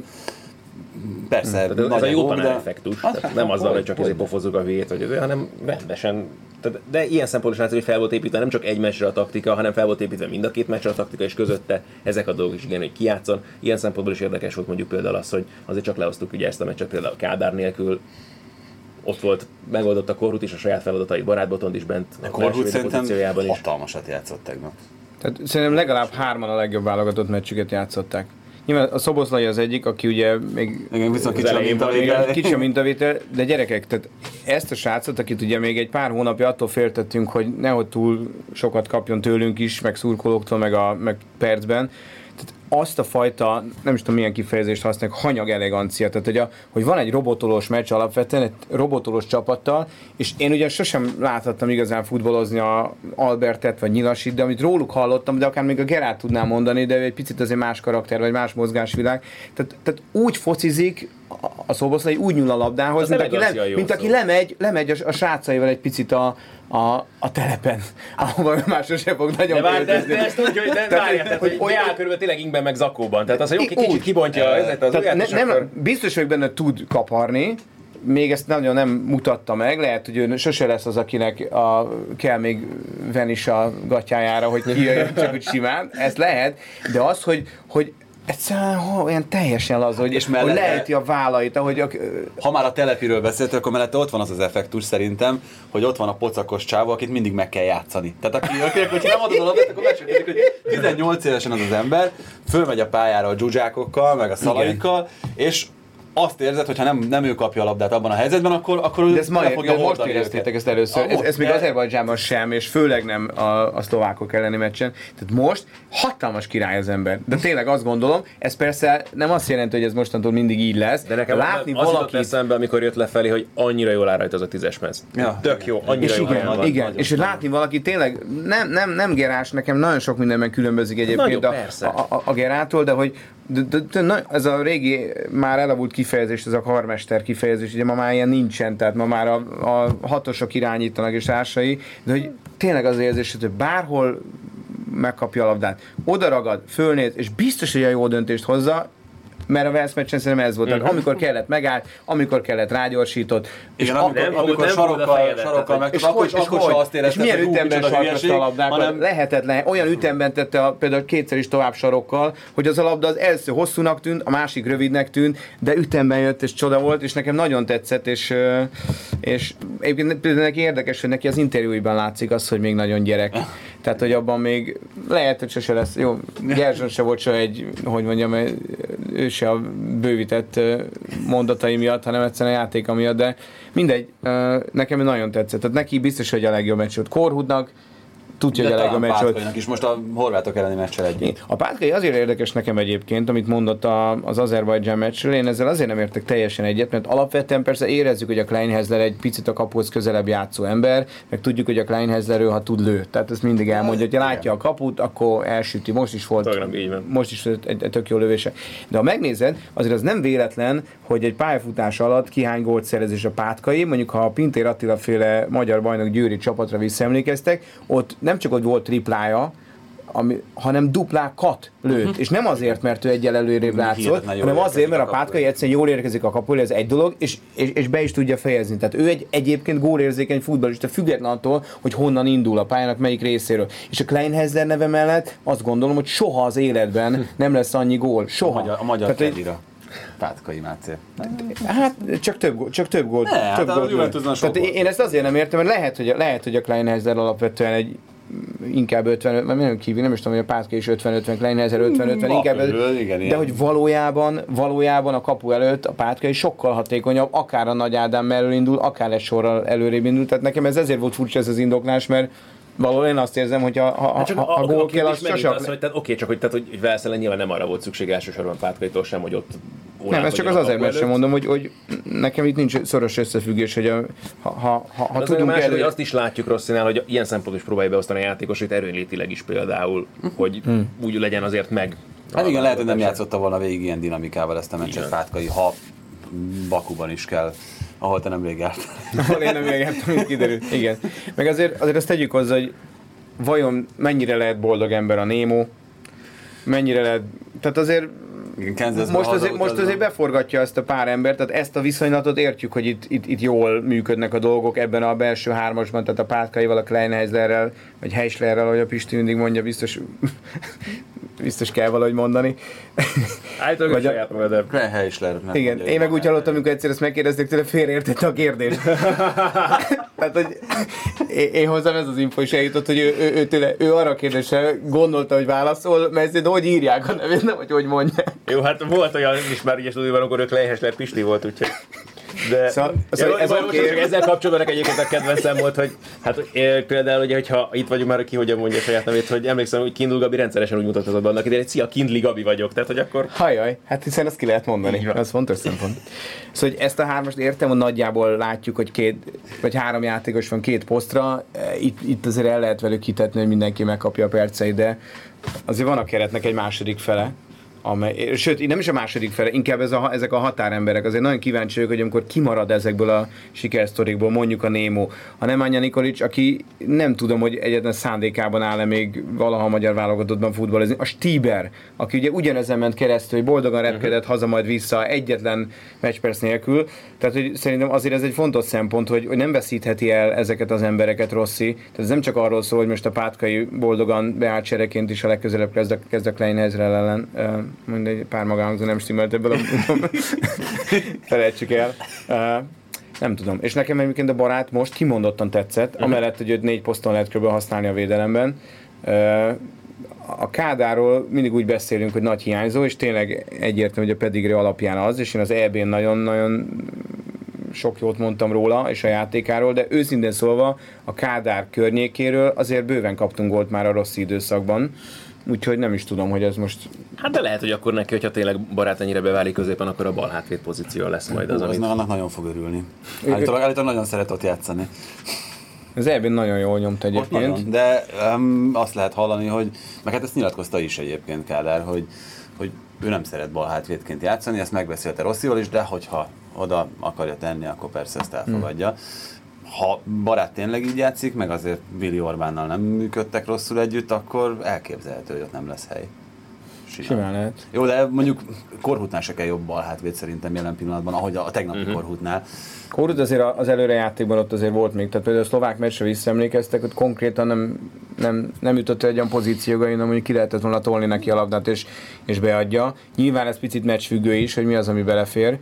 persze, hmm, ez a jó tanár de... effektus, az, tehát nem azzal, hogy csak ezért pofozzuk a vét, vagy azért, hanem rendesen. Tehát, de ilyen szempontból is látszik, hogy fel volt építve nem csak egy meccsre a taktika, hanem fel volt építve mind a két meccsre a taktika, és közötte ezek a dolgok is igen, hogy kijátszon. Ilyen szempontból is érdekes volt mondjuk például az, hogy azért csak lehoztuk ugye ezt a meccset például Kádár nélkül. Ott volt, megoldott a Korhut is a saját feladatait, Barát Botond is bent a Korhut szerintem hatalmasat játszott tegnap. Tehát szerintem legalább hárman a legjobb válogatott meccsüket játszották. Nyilván a Szoboszlai az egyik, aki ugye még igen, viszont kicsi a mintavétel. Kicsi a mintavétel, de gyerekek, tehát ezt a srácot, akit ugye még egy pár hónapja attól féltettünk, hogy nehogy túl sokat kapjon tőlünk is, meg szurkolóktól, meg a meg percben, tehát azt a fajta, nem is tudom milyen kifejezést használják, hanyag elegancia, tehát hogy, a, hogy van egy robotolós meccs alapvetően, egy robotolós csapattal, és én ugye sosem láthattam igazán futballozni a Albertet vagy Nyilasit, de amit róluk hallottam, de akár még a Gerát tudnám mondani, de egy picit azért más karakter, vagy más mozgásvilág, tehát, tehát úgy focizik a Szoboszlai, úgy nyúl a labdához, mint aki, le, mint aki lemegy, lemegy a, a srácaival egy picit a A, a telepen, ahol másra sem fog nagyon költözni. De, de ezt tudja, hogy nem várjál, tehát, hogy, hogy áll körülbelül tényleg ingben meg zakóban. Tehát az, hogy oké, kicsit kibontja ezeket az ujját, ne, nem, akkor... Biztos vagyok benne, tud kaparni, még ezt nagyon nem mutatta meg, lehet, hogy ő sose lesz az, akinek a, kell még venis a gatyájára, hogy kijöjjön csak úgy simán, ez lehet, de az, hogy, hogy egyszerűen olyan teljesen az, hogy, és mellette, hogy leheti a vállait, ahogy... A... Ha már a telepiről beszéltünk, akkor mellette ott van az az effektus szerintem, hogy ott van a pocakos csávó, akit mindig meg kell játszani. Tehát aki, akinek, hogyha nem adod a labdát, akkor megsérkedik, hogy tizennyolc évesen az az ember, fölmegy a pályára a dzsuzsákokkal, meg a szalaikkal, és azt érzed, hogy ha nem, nem ő kapja a labdát abban a helyzetben, akkor, akkor de ez ma, fogja de most éreztétek ezt először. Ez, ez még Azerbajdzsánban sem, és főleg nem a, a szlovákok elleni meccsen. Tehát most hatalmas király az ember. De tényleg azt gondolom, ez persze nem azt jelenti, hogy ez mostantól mindig így lesz. De nekem látni az valaki... jutott eszembe, amikor jött lefelé, hogy annyira jól áll rajta az a tízes mez. Ja. Tök jó, annyira és jó. Igen, van, igen. és hogy látni valaki tényleg, nem, nem, nem Gerás, nekem nagyon sok mindenben különbözik egyébként a, a, a, a Gerától, de hogy de, de, de, na, ez a régi, már elavult kifejezés, ez a karmester kifejezés, ugye ma már ilyen nincsen, tehát ma már a, a hatosok irányítanak és társai, de hogy tényleg az érzés, hogy bárhol megkapja a labdát, oda ragad, fölnéz, és biztos, hogy a jó döntést hozza, mert a Wales meccsen szerintem ez volt. Uh-huh. Amikor kellett megállt, amikor kellett rágyorsított. És igen, amikor, nem, amikor sarokkal, sarokkal meg, és akkor, és akkor se azt érezted, és milyen ütemben sarkozta a labdákat, hanem... lehetetlen. Olyan ütemben tette a, például kétszer is tovább sarokkal, hogy az a labda az első hosszúnak tűnt, a másik rövidnek tűnt, de ütemben jött és csoda volt, és nekem nagyon tetszett, és, és egyébként neki érdekes, hogy neki az interjúiban látszik az, hogy még nagyon gyerek. Tehát, hogy abban még lehet, hogy sose lesz. Jó, Gerzson se volt se egy, hogy mondjam, ő se a bővített mondatai miatt, hanem egyszerűen a játéka miatt, de mindegy, nekem nagyon tetszett. Tehát neki biztos, hogy a legjobb meccs volt. Korhutnak, tudja, hogy a legjobb meccs volt. Is most a horvátok elleni meccsel együtt. A Pátkai azért érdekes nekem egyébként, amit mondott a, az Azerbajdzsán meccsről, én ezzel azért nem értek teljesen egyet, mert alapvetően persze érezzük, hogy a Kleinhäsler egy picit a kapuhoz közelebb játszó ember, meg tudjuk, hogy a Kleinhäsler ő, ha tud lő. Tehát ezt mindig elmondja, hogy ha látja a kaput, akkor elsüti. Most is volt, most is egy, egy, egy tök jó lövése. De ha megnézed, azért az nem véletlen, hogy egy pályafutás alatt ki hány gólt szerez és a Pátkai, mondjuk ha a Pintér Attila féle magyar bajnok Győri csapatra visszaemlékeztek, ott nem csak, hogy volt triplája, ami, hanem duplákat lőtt. Uh-huh. És nem azért, mert ő egyel előrébb látszott, hanem azért, mert a Pátkai egyszerűen jól érkezik a kapuja, ez egy dolog, és, és, és be is tudja fejezni. Tehát ő egy egyébként gólérzékeny futballista, független attól, hogy honnan indul a pályának, melyik részéről. És a Kleinheiser neve mellett azt gondolom, hogy soha az életben nem lesz annyi gól. Soha. A magyar, a magyar Kedira. Pátkai Máté. Hát csak több, csak több gólt. Ne, több hát gólt. Tehát én ezt azért nem értem, mert lehet, hogy, lehet, hogy a Kleinheiser alapvetően egy inkább ötven, mert nem kívül, nem is tudom, hogy a Pátkai is ötven ötven, Kleinheiser ötven ötven, inkább, igen, de hogy valójában, valójában a kapu előtt a Pátkai sokkal hatékonyabb, akár a Nagy Ádám mellől indul, akár egy sorral előrébb indul, tehát nekem ez ezért volt furcsa ez az indoklás, mert valóban én azt érzem, hogy ha, ha, hát csak ha, a, ha gól kell, az az, csak... hogy, tehát, oké, csak hogy, tehát, hogy Velszelen nyilván nem arra volt szükség elsősorban Pátkaitól sem, hogy ott nem, ez csak az azért, mert sem mondom, hogy, hogy nekem itt nincs szoros összefüggés, hogy a, ha, ha, ha, ha tudunk másik, elő... hogy azt is látjuk Rosszinál, hogy ilyen szempontból is próbálja beosztani a játékosait erőnlétileg is például, hogy hmm. úgy legyen azért meg. Hát igen, lehet, hogy nem játszotta volna végig ilyen dinamikával ezt a meccset Pátkai, ha Bakuban is kell, ahol te nemrég jártál. Ahol én nemrég jártam, mint kiderült. Igen. Meg azért, azért azt tegyük hozzá, hogy vajon mennyire lehet boldog ember a Némo, mennyire lehet, tehát azért most azért, most azért beforgatja ezt a pár embert, tehát ezt a viszonylatot értjük, hogy itt, itt, itt jól működnek a dolgok ebben a belső hármasban, tehát a Pátkaival, a Kleinheiserrel, vagy Heislerrel, ahogy a Pisti mindig mondja, biztos, biztos kell valahogy mondani. Állítólag a saját magad. Heisler. Igen, én meg úgy hallottam, amikor egyszer ezt megkérdezték tőle, félreértette a kérdést. Tehát, hogy én, én hozzám ez az info is eljutott, hogy ő, ő, ő, tőle, ő arra a kérdésre gondolta, hogy válaszol, mert ezt hogy írják a nevét, nem, hogy hogy mondják. Jó, hát volt olyan is már így a stúdióban, amikor ő Kleinheiser Pisti volt, úgyhogy... De szóval, ja, szóval ez okay. Csak ezzel kapcsolatban egyébként a kedvencem volt, hogy hát például, ugye, hogyha itt vagyunk már, ki hogyan mondja a saját nevét, hogy emlékszem, hogy Kindl Gabi rendszeresen úgy mutatott annak idején, hogy szia, Kindli Gabi vagyok, tehát hogy akkor... Hajjaj, hát hiszen ezt ki lehet mondani, az fontos szempont. Szóval, hogy ezt a hármast értem, hogy nagyjából látjuk, hogy két, vagy három játékos van két posztra, itt, itt azért el lehet velük hitetni, hogy mindenki megkapja a perceit, de azért van a keretnek egy második fele. Amely, sőt, nem is a második fele, inkább ez a, ezek a határemberek. Azért nagyon kíváncsi vagyok, hogy amikor kimarad ezekből a sikersztorikból, mondjuk a Némo, a Nemanja Nikolic, aki nem tudom, hogy egyetlen szándékában áll-e még valaha a magyar válogatottban futballozni, a Stieber, aki ugye ugyanezen ment keresztül, hogy boldogan repkedett uh-huh. haza, majd vissza, egyetlen meccsperc nélkül. Tehát, hogy szerintem azért ez egy fontos szempont, hogy, hogy nem veszítheti el ezeket az embereket Rossi. Tehát ez nem csak arról szól, hogy most a Pátkai boldogan beállt csereként is a legközelebb kezd a, kezd a Kleinheiser ellen. Mindegy, pár magánhangzó nem stimmelt ebből a felejtsük el. Uh, nem tudom. És nekem egyébként a Barát most kimondottan tetszett, uh-huh. amellett, hogy őt négy poszton lehet kb. Használni a védelemben. Uh, a Kádáról mindig úgy beszélünk, hogy nagy hiányzó, és tényleg egyértelmű, hogy a pedigree alapján az, és én az é bén nagyon-nagyon sok jót mondtam róla, és a játékáról, de őszintén szólva a Kádár környékéről azért bőven kaptunk gólt már a rossz időszakban. Úgyhogy nem is tudom, hogy ez most... Hát de lehet, hogy akkor neki, hogyha tényleg Barát ennyire beválik középen, akkor a bal hátvéd pozíció lesz majd az, Hú, amit... Az annak nagyon fog örülni. Állítólag, állítólag nagyon szeret ott játszani. Az é bén nagyon jól nyomt egyébként. Nagyon, de um, azt lehet hallani, hogy... Meg hát ezt nyilatkozta is egyébként Kádár, hogy, hogy ő nem szeret bal hátvédként játszani, ezt megbeszélte Rosszival is, de hogyha oda akarja tenni, akkor persze ezt elfogadja. Hmm. Ha Barát tényleg így játszik, meg azért Vili Orbánnal nem működtek rosszul együtt, akkor elképzelhető, hogy ott nem lesz hely. Simán, Simán lehet. Jó, de mondjuk Korhutnál se kell jobb balhátvéd szerintem jelen pillanatban, ahogy a tegnapi uh-huh. Korhutnál. Korhut azért az előrejátékban ott azért volt még, tehát például a szlovák meccsre visszaemlékeztek, hogy konkrétan nem, nem, nem jutott egy olyan pozícióga, hogy mondjuk ki lehetett volna tolni neki a labdát és, és beadja. Nyilván ez picit meccsfüggő is, hogy mi az, ami belefér.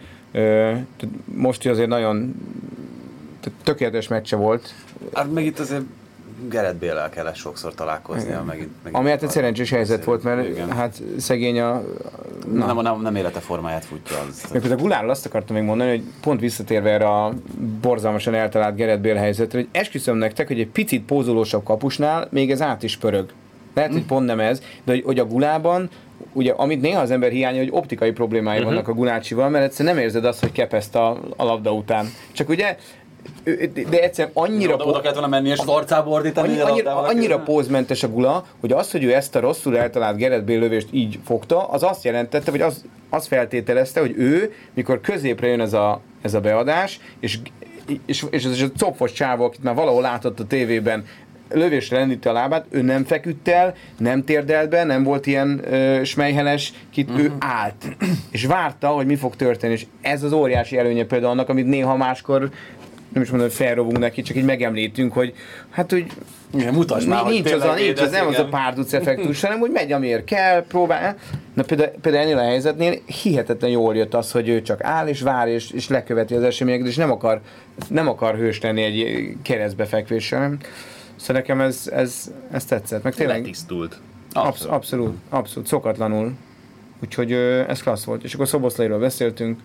Most azért nagyon tökéletes meccse volt. Hát meg itt azért Gareth Bale-el kellett sokszor találkoznia. Megint, megint ami hát egy szerencsés helyzet volt, mert igen. Hát szegény a... Nem, nem, nem élete formáját futja. Az. A Guláról azt akartam még mondani, hogy pont visszatérve erre a borzalmasan eltalált Gareth Bale helyzetre, hogy esküszöm nektek, hogy egy picit pózolósabb kapusnál még ez át is pörög. Lehet, hm. hogy pont nem ez, de hogy, hogy a Gulában, ugye, amit néha az ember hiánya, hogy optikai problémái uh-huh. vannak a Gulácsival, mert egyszerűen nem érzed azt, hogy kepeszt a, a labda után. Csak ugye de egyszerűen annyira... Oda, oda kellett volna menni és az arcába ordítani. Annyi, annyira, annyira pózmentes a Gula, hogy az, hogy ő ezt a rosszul eltalált Gareth Bale lövést így fogta, az azt jelentette, vagy az, az feltételezte, hogy ő, mikor középre jön ez a, ez a beadás, és, és, és ez a copfos csávó, akit már valahol látott a tévében, lövésre rendíti a lábát, ő nem feküdt el, nem térdelt be, nem volt ilyen uh, smejheles, kit, uh-huh. ő állt, és várta, hogy mi fog történni, és ez az óriási előnye például annak, amit néha máskor, nem is mondom, hogy felrovunk neki, csak így megemlítünk, hogy hát úgy igen, mutasd már, nincs az, a, nincs az, nem az a párduc effektus, hanem úgy megy, amiért kell, próbál. Na például, például ennél a helyzetnél hihetetlen jól jött az, hogy ő csak áll és vár, és, és leköveti az eseményeket, és nem akar, nem akar hős lenni egy keresztbefekvéssel. Szóval nekem ez, ez, ez tetszett. Meg tényleg letisztult. Abszolút, abszolút, abszolút, szokatlanul. Úgyhogy ez klassz volt. És akkor Szoboszlairól beszéltünk.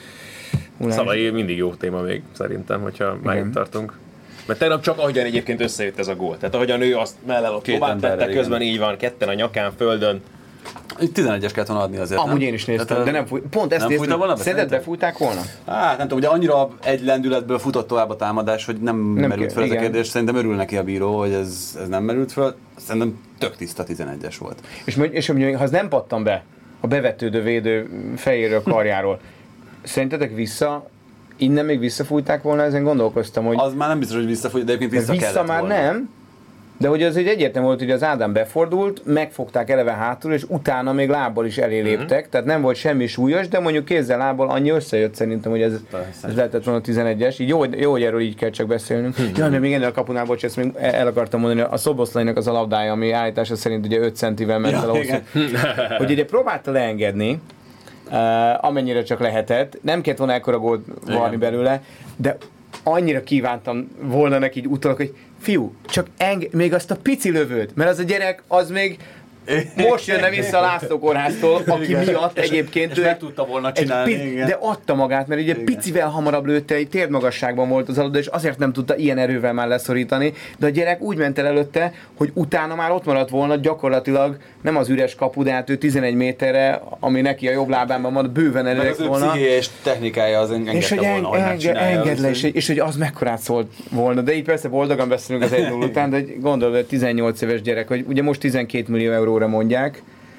Szalai mindig jó téma még szerintem, hogyha már itt tartunk. Mert tegnap csak ahogyan egyébként összejött ez a gól. Tehát ahogyan ő azt mellel ott tovább tette, közben így van, ketten a nyakán, földön. Itt tizenegyes kellett volna adni azért, amúgy nem? én is néztem, Tehát, de nem fúj, pont ezt néztem. Szerinted befújták volna? Hát nem tudom, ugye annyira egy lendületből futott tovább a támadás, hogy nem, nem merült fel ez a kérdés. Szerintem örül neki a bíró, hogy ez, ez nem merült fel. Szerintem tök tiszta tizenegyes volt. És, és ha az nem pattan be a bevetődő védő fejéről, karjáról, szerintetek vissza, innen még visszafújták volna, ezen gondolkoztam, hogy... Az már nem biztos, hogy visszafújt, de egyébként vissza, vissza kellett már volna. nem, de hogy az egy egyértelmű volt, hogy az Ádám befordult, megfogták eleve hátul, és utána még lábbal is elé léptek, mm-hmm. tehát nem volt semmi súlyos, de mondjuk kézzel lábbal annyi összejött szerintem, hogy ez, ez lehetett volna tizenegyes. Így jó, jó, hogy erről így kell csak beszélnünk. Mm-hmm. Ja, mert még ennél a kapunál, bocs, ezt még el akartam mondani, a Szoboszlainak az a labdája, ami állítása szerint ugye öt centivel ment el ahhoz, hogy ugye próbálta leengedni, Uh, amennyire csak lehetett. Nem kellett volna ekkora gólt varni belőle, de annyira kívántam volna neki így utalak, hogy fiú, csak enge- még azt a pici lövőt, mert az a gyerek, az még most jönne vissza a László kórháztól, aki igen. miatt egyébként és ő meg tudta volna csinálni, pic, de adta magát, mert ugye igen. picivel hamarabb lőtte, egy térdmagasságban volt az alapda, és azért nem tudta ilyen erővel már leszorítani, de a gyerek úgy ment el előtte, hogy utána már ott maradt volna gyakorlatilag nem az üres kapu, de hát ő tizenegy méterre, ami neki a jobb lábában van, bőven elérek volna. Meg az ő és technikája az engedte és hogy volna, hogy megcsinálja. Engedd le, és, és hogy az mekkorát szólt volna, de így persze boldogan beszélünk az egy null után, de gondolod, hogy tizennyolc éves gyerek, hogy ugye most tizenkét millió euróra mondják,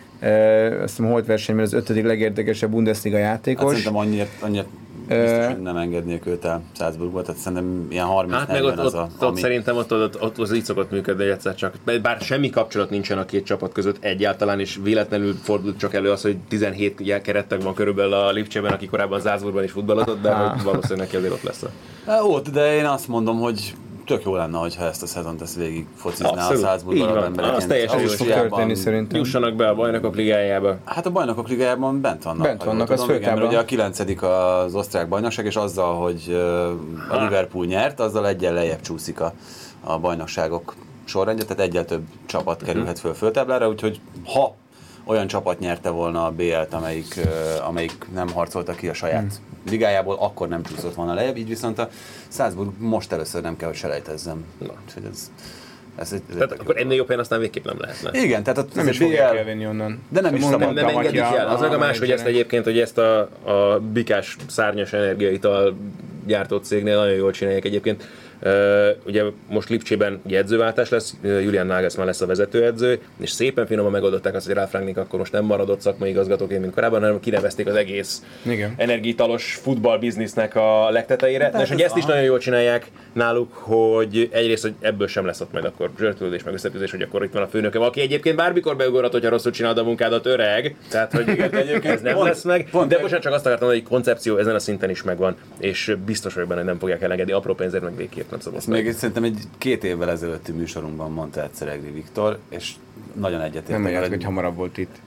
Uh, azt hiszem holt versenyben az ötödik legérdekesebb Bundesliga játékos. Hát szerintem annyit, annyit biztos, hogy nem engednék őt el Salzburgba, tehát szerintem ilyen harminc negyven hát meg ott, az ott, a... ott, ami... szerintem ott, ott, ott az így szokott működni egyszer csak. Bár semmi kapcsolat nincsen a két csapat között egyáltalán, és véletlenül fordult csak elő az, hogy tizenhét kerettek van körülbelül a Lipcsében, aki korábban Salzburgban is futballozott, de hogy valószínűleg neki azért ott lesz. A... Ott, de én azt mondom, hogy tök jó lenne, hogyha ezt a szezont ezt végig focizná a Salzburgban embereként. Az teljesen jó, fog történni szerintem. Jussanak be a Bajnokok Ligájába. Hát a Bajnokok Ligájában bent vannak. Bent vannak, az főtáblán. Ugye a kilencedik az osztrák bajnokság, és azzal, hogy a Liverpool nyert, azzal egyen lejjebb csúszik a, a bajnokságok sorrendje, tehát egyel több csapat kerülhet föl főtáblára, úgyhogy ha olyan csapat nyerte volna a bé el-t, amelyik, amelyik nem harcolta ki a saját hmm. ligájából, akkor nem csúszott volna lejjebb, így viszont a Salzburg most először nem kell, hogy selejtezzem. Úgyhogy ez, ez egy, tehát akkor jó. Ennél jobb helyen aztán végképp nem lehetne. Igen, tehát ott nem is fogják elvenni onnan. De nem is nem, szabad. nem engedik el. Az meg a más, hogy ezt egyébként, hogy ezt a, a bikás szárnyas energiaital gyártott cégnél nagyon jól csinálják egyébként. Uh, ugye most Lipcsében edzőváltás lesz, Julian Nagelsmann lesz a vezetőedző, és szépen finoman megoldották azt, hogy Ralf Rangnick akkor most nem maradott szakmai igazgatóként, mint korábban, hanem kinevezték az egész igen. energiaitalos futballbiznisznek a legtetejére. És hogy ezt is nagyon jól csinálják náluk, hogy egyrészt, hogy ebből sem lesz ott majd akkor zsörtődés, meg összetűzés, hogy akkor itt van a főnöke, aki egyébként bármikor beugorhat, hogyha rosszul csinálod a munkádat, öreg. Tehát, hogy igen, egyébként ez nem pont, lesz meg. Pont, de most csak azt akartam, hogy egy koncepció ezen a szinten is megvan, és biztos vagyok benne, hogy nem fogják elengedni apró pénzért, meg végképp nem szabad. Még szerintem egy két évvel ezelőtti műsorunkban mondta egyszer Egri Viktor, és nagyon egyetértek. Nem mondják, hogy hamarabb volt itt.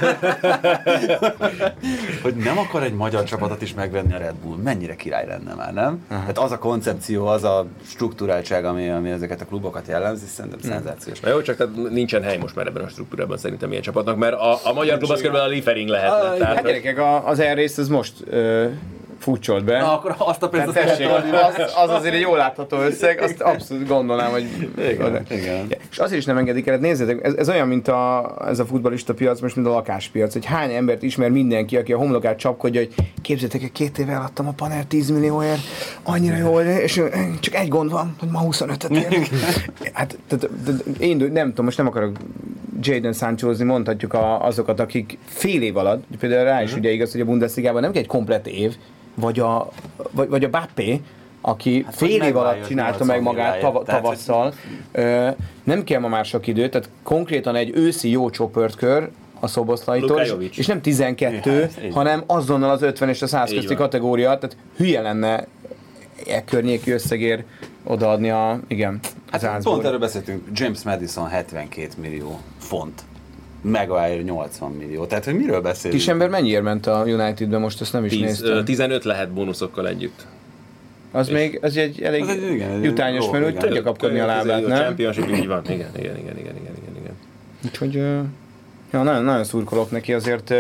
Hogy nem akar egy magyar csapatot is megvenni a Red Bull. Mennyire király lenne már, nem? Aha. Tehát az a koncepció, az a struktúráltság, ami, ami ezeket a klubokat jellemzi, szerintem hmm. szenzációs. Na jó, csak tehát nincsen hely most már ebben a struktúrában szerintem ilyen csapatnak, mert a, a magyar klub az kb. A Liefering lehetne. A, tehát, hát gyerekek, az Air-Race az most... Ö, futcsolt be. Na, akkor azt a pénzt tessék, az, az azért egy jól látható összeg, azt abszolút gondolnám, hogy... Igen, igen. És azért is nem engedik el, nézzétek, ez, ez olyan, mint a, ez a futballista piac, most mint a lakáspiac, hogy hány embert ismer mindenki, aki a homlokát csapkodja, hogy képzeljétek, hogy két éve eladtam a panel tíz millióért, annyira jó, és csak egy gond van, hogy ma huszonötöt ér. Hát, tehát, én nem tudom, most nem akarok Jadon Sanchozni, mondhatjuk a, azokat, akik fél év alatt, például rá is ugye igaz, hogy a Bundesligában nem kell egy komplett év, vagy a, vagy, vagy a Bappé, aki hát, fél év alatt csinálta meg magát tav- tavasszal, tehát, nem kell ma már sok idő, tehát konkrétan egy őszi jó csoportkör a Szoboszlaitól, és nem tizenkettő, ja, hanem azonnal az ötven és a száz közti kategória, tehát hülye lenne e környéki összegér odaadni a, igen, az hát pont erről beszéltünk, James Madison hetvenkét millió font, Maguire nyolcvan millió, tehát hogy miről beszélünk? Kisember mennyiért ment a Unitedbe, most ezt nem is tíz, néztem. tizenöt lehet bónuszokkal együtt. Az és még, az egy elég az egy, igen, jutányos, mert úgy tudja kapkodni a lábát, nem? A Championship így van, igen, igen, igen, igen, igen, igen, igen. Úgyhogy, ja, nagyon, nagyon szurkolok neki, azért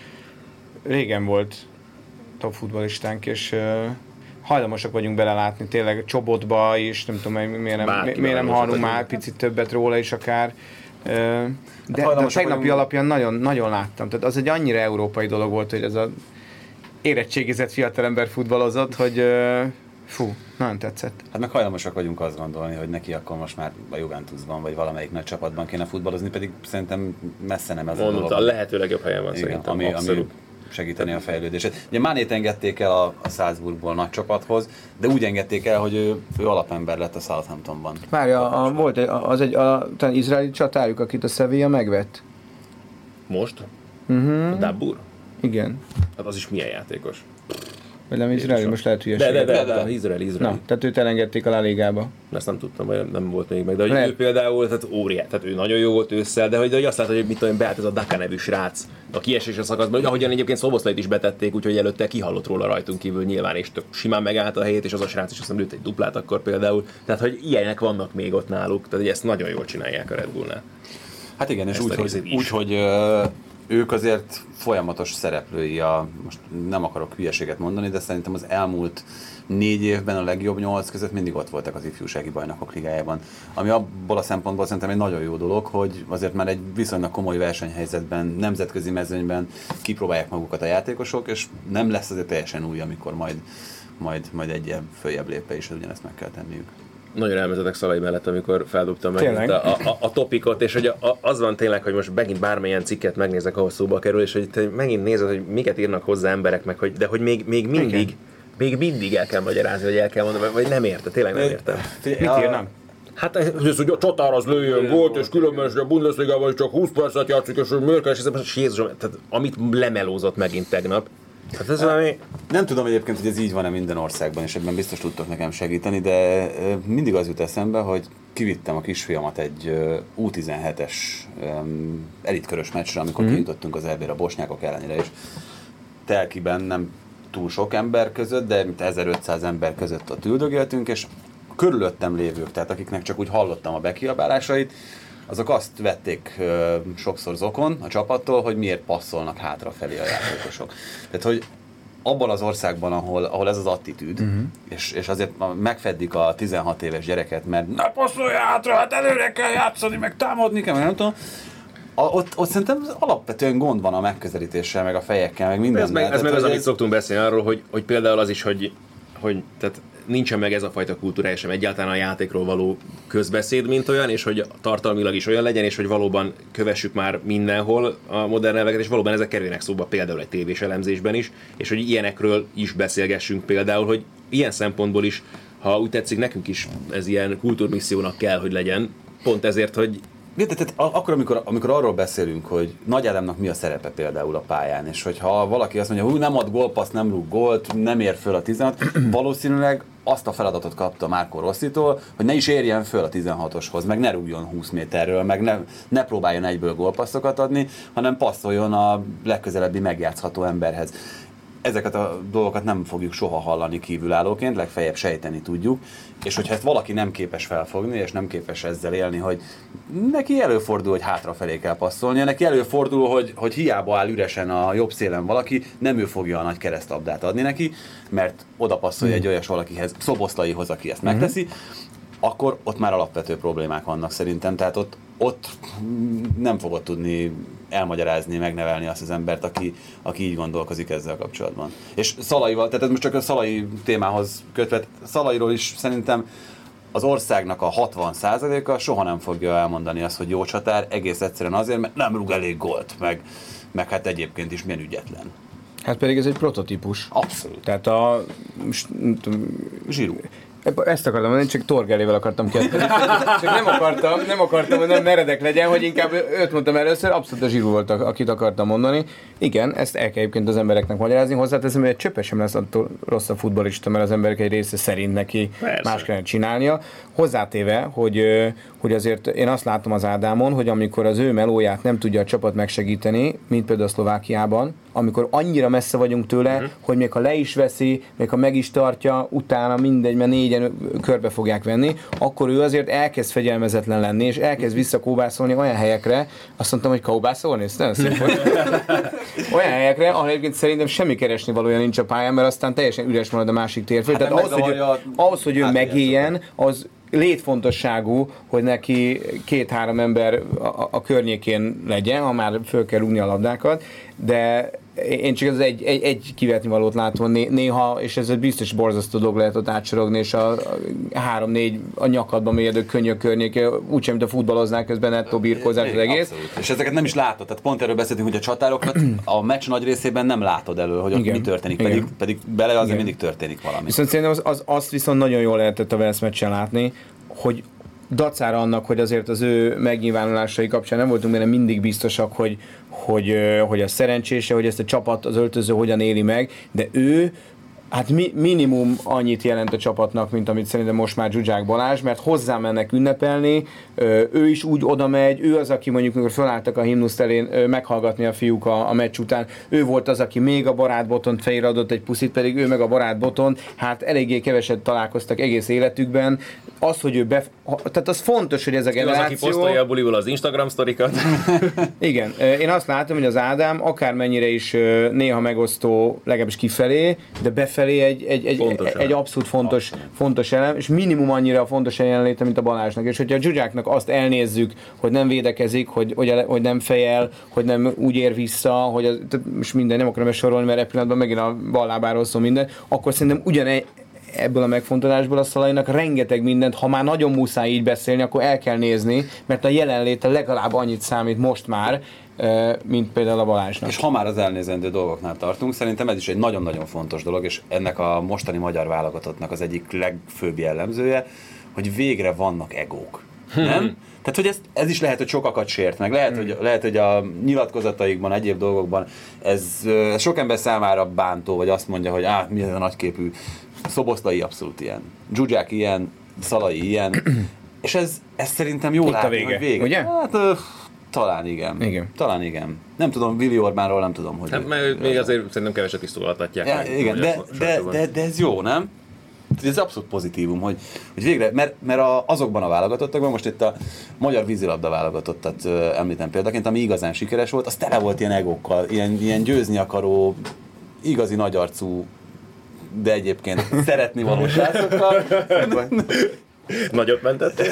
régen volt top futballistánk, és hajlamosak vagyunk belelátni tényleg Csobotba is, nem tudom, miért nem, miért nem hallunk már picit többet róla is akár. De, hát de a tegnapi vagyunk... alapján nagyon, nagyon láttam. Tehát az egy annyira európai dolog volt, hogy ez az érettségizett fiatalember futballozott, hogy fú, nagyon tetszett. Hát meg hajlamosak vagyunk azt gondolni, hogy neki akkor most már a Juventusban vagy valamelyik nagy csapatban kéne futballozni, pedig szerintem messze nem ez a dolog. A lehető legjobb helyen van. Igen, szerintem, ami, ami segíteni a fejlődését. Ugye Manét engedték el a, a Salzburgból nagy csapathoz, de úgy engedték el, hogy ő, ő alapember lett a Southamptonban. Várja, a, volt egy, az egy a, talán izraeli csatárjuk, akit a Sevilla megvett? Most? Uh-huh. A Dabbur? Igen. Hát az is milyen játékos? Vagy nem izraeli, most lehet hülyeség. De, de, de, de, de, Izrael, Izrael. Na, tehát őt elengedték a La Ligába. Ezt nem tudtam, vagy nem volt még meg, de hogy ő például, tehát óriás, tehát ő nagyon jó volt ősszel, de hogy, de hogy azt látod, hogy mit tudom, beállt ez a Daka nevű srác a kiesés a szakaszban, ahogyan egyébként Szoboszlait is betették, úgyhogy előtte kihallott róla rajtunk kívül nyilván, és tök simán megállt a helyét, és az a srác is azt hiszem lőtt egy duplát akkor például. Tehát, hogy ilyenek vannak még ott náluk, tehát hogy ezt nagyon jól csinálják a Red Bullnál. Hát igen, és úgy, hogy, úgy, hogy ők azért folyamatos szereplői, a, most nem akarok hülyeséget mondani, de szerintem az elmúlt négy évben a legjobb nyolc között mindig ott voltak az ifjúsági bajnokok ligájában. Ami abból a szempontból szerintem egy nagyon jó dolog, hogy azért már egy viszonylag komoly versenyhelyzetben, nemzetközi mezőnyben kipróbálják magukat a játékosok, és nem lesz azért teljesen új, amikor majd, majd, majd egy ilyen följebb lépve is ugyanezt meg kell tenniük. Nagyon elmezetek Szalai mellett, amikor feldobtam meg a, a, a topikot, és hogy a, a, az van tényleg, hogy most megint bármilyen cikket megnézek, ahol szóba kerül, és hogy te megint nézed, hogy miket írnak hozzá emberek, meg hogy, de hogy még, még mindig, még mindig el kell magyarázni, vagy el kell mondani, vagy nem érte, tényleg nem értem. Mit írnak? Hát ez, hogy a csatár az lőjön volt, és különben a Bundesligában csak húsz percet játszik, és hogy miért kell, és Jézusom, tehát amit lemelózott megint tegnap. Hát ez valami... Nem tudom egyébként, hogy ez így van-e minden országban, és ebben biztos tudtok nekem segíteni, de mindig az jut eszembe, hogy kivittem a kisfiamat egy U tizenhetes um, elitkörös meccsre, amikor mm-hmm. kijutottunk az é bé-re a bosnyákok ellenére, és Telkiben nem túl sok ember között, de mint ezerötszáz ember között ott üldögéltünk, és körülöttem lévők, tehát akiknek csak úgy hallottam a bekiabálásait, azok azt vették uh, sokszor zokon a csapattól, hogy miért passzolnak hátrafelé a játékosok. Tehát, hogy abban az országban, ahol, ahol ez az attitűd, uh-huh. és, és azért megfeddik a tizenhat éves gyereket, mert ne passzolj hátra, hát előre kell játszani, meg támadni kell, meg nem tudom. A, ott, ott szerintem alapvetően gond van a megközelítéssel, meg a fejekkel, meg mindennel. Ez meg, ez meg az, ez... amit szoktunk beszélni arról, hogy, hogy például az is, hogy, hogy tehát nincsen meg ez a fajta kultúrája sem egyáltalán a játékról való közbeszéd, mint olyan, és hogy tartalmilag is olyan legyen, és hogy valóban kövessük már mindenhol a modern elveket, és valóban ezek kerülnek szóba például egy tévés elemzésben is, és hogy ilyenekről is beszélgessünk például, hogy ilyen szempontból is, ha úgy tetszik, nekünk is ez ilyen kultúrmissziónak kell, hogy legyen, pont ezért, hogy De, de, de, akkor, amikor, amikor arról beszélünk, hogy Nagy Ádámnak mi a szerepe például a pályán, és hogyha valaki azt mondja, hogy nem ad gólpaszt, nem rúg gólt, nem ér föl a tizenhat, valószínűleg azt a feladatot kapta Marco Rossitól, hogy ne is érjen föl a tizenhatoshoz, meg ne rúgjon húsz méterről, meg ne, ne próbáljon egyből gólpasszokat adni, hanem passzoljon a legközelebbi megjátszható emberhez. Ezeket a dolgokat nem fogjuk soha hallani kívülállóként, legfeljebb sejteni tudjuk, és hogyha ezt valaki nem képes felfogni, és nem képes ezzel élni, hogy neki előfordul, hogy hátrafelé kell passzolnia, neki előfordul, hogy, hogy hiába áll üresen a jobb szélen valaki, nem ő fogja a nagy keresztlabdát adni neki, mert oda passzolja egy olyas valakihez, Szoboszlaihoz, aki ezt megteszi, akkor ott már alapvető problémák vannak szerintem, tehát ott, ott nem fogod tudni elmagyarázni, megnevelni azt az embert, aki, aki így gondolkozik ezzel kapcsolatban. És Szalaival, tehát ez most csak a Szalai témához kötve, Szalairól is szerintem az országnak a hatvan százaléka soha nem fogja elmondani azt, hogy jó csatár, egész egyszerűen azért, mert nem rúg elég gólt, meg, meg hát egyébként is milyen ügyetlen. Hát pedig ez egy prototípus. Abszolút. Tehát a... Zsirú. Ezt akartam mondani, csak Torgelével akartam kezdeni. Csak nem akartam, nem akartam, hogy nem meredek legyen, hogy inkább őt mondtam először, abszolút a Zsirú volt, akit akartam mondani. Igen, ezt el kell egyébként az embereknek magyarázni. Hozzáteszem, hogy egy csöppe sem lesz attól rossz a futballista, mert az emberek egy része szerint neki Persze. más kellene csinálnia. Hozzátéve, hogy, hogy azért én azt látom az Ádámon, hogy amikor az ő melóját nem tudja a csapat megsegíteni, mint például a Szlovákiában, amikor annyira messze vagyunk tőle, uh-huh. hogy még ha le is veszi, még ha meg is tartja, utána mindegy, mert négyen körbe fogják venni, akkor ő azért elkezd fegyelmezetlen lenni, és elkezd visszakóbászolni olyan helyekre, azt mondtam, hogy kóbászolni, ez nagyon szép volt. Olyan helyekre, ahol egyébként szerintem semmi keresni valója nincs a pályán, mert aztán teljesen üres marad a másik térfél. Hát tehát ahhoz, hogy, ő, ahhoz, hogy ő megéljen, az létfontosságú, hogy neki két-három ember a, a környékén legyen, ha már föl kell rúgni a labdákat, de én csak az egy, egy, egy kivetni valót látom néha, és ez egy biztos borzasztó dolog lehet ott átsorogni, és a, a három-négy a nyakadban mélyedő könnyök környéke, úgysem, mint a futballoznál közben nettó birkózás az egész. Abszolút. És ezeket nem is látod, tehát pont erről beszéltünk, hogy a csatárokat a meccs nagy részében nem látod elő, hogy ott igen, mi történik, pedig, pedig bele azért igen. mindig történik valami. Viszont szerintem az, az, azt viszont nagyon jól lehetett a Wales meccsen látni, hogy dacára annak, hogy azért az ő megnyilvánulásai kapcsán nem voltunk benne mindig biztosak, hogy, hogy, hogy a szerencsése, hogy ezt a csapat, az öltöző hogyan éli meg, de ő hát mi, minimum annyit jelent a csapatnak, mint amit szerintem most már Zsuzsák Balázs, mert hozzá mennek ünnepelni, ő is úgy oda megy, ő az, aki mondjuk, amikor felálltak a himnuszt elén meghallgatni a fiúk a, a meccs után, ő volt az, aki még a barátbotont fejre adott egy puszit, pedig ő meg a barátboton, hát eléggé keveset találkoztak egész életükben. Az, hogy ő be... Tehát az fontos, hogy ez a generáció... Az, aki posztolja a buliból az Instagram sztorikat. Igen. Én azt látom, hogy az Ádám akármennyire is néha megosztó, legalábbis kifelé, de befelé egy, egy, egy, egy, egy abszolút fontos, fontos elem, és minimum annyira fontos jelenléte, mint a Balázsnak. És hogyha a Zsuzsáknak azt elnézzük, hogy nem védekezik, hogy, hogy, hogy nem fejel, hogy nem úgy ér vissza, hogy az, most minden, nem akarom ezt sorolni, mert e pillanatban megint a bal lábáról szól minden, akkor szerintem ugyanegy ebből a megfontolásból a Szalainak rengeteg mindent, ha már nagyon muszáj így beszélni, akkor el kell nézni, mert a jelenléte legalább annyit számít most már, mint például a Balázsnak. És ha már az elnézendő dolgoknál tartunk, szerintem ez is egy nagyon-nagyon fontos dolog, és ennek a mostani magyar válogatottnak az egyik legfőbb jellemzője, hogy végre vannak egók. Hmm. Nem? Tehát, hogy ez, ez is lehet, hogy sokakat sért meg. Lehet, hmm. hogy, lehet, hogy a nyilatkozataikban, egyéb dolgokban ez, ez sok ember számára bántó, vagy azt mondja, hogy áh, mi ez a nagyképű. Szoboszlai abszolút ilyen. Zsuzsák ilyen, Szalai ilyen. És ez, ez szerintem jól látni, hogy vége. Ugye? Hát, uh, talán igen. igen. Talán igen. Nem tudom, Willi Orbánról nem tudom, hogy... Hát, mert még azért szerintem keveset is szólaltatják. Ja, meg, igen, de, de, de, de ez jó, nem? Ez abszolút pozitívum, hogy, hogy végre, mert, mert a, azokban a válogatottakban, most itt a magyar vízilabda válogatottat uh, említem példaként, ami igazán sikeres volt, az tele volt ilyen egókkal, ilyen, ilyen győzni akaró, igazi nagyarcú, de egyébként szeretni való srácokkal. Nagyot mentettél?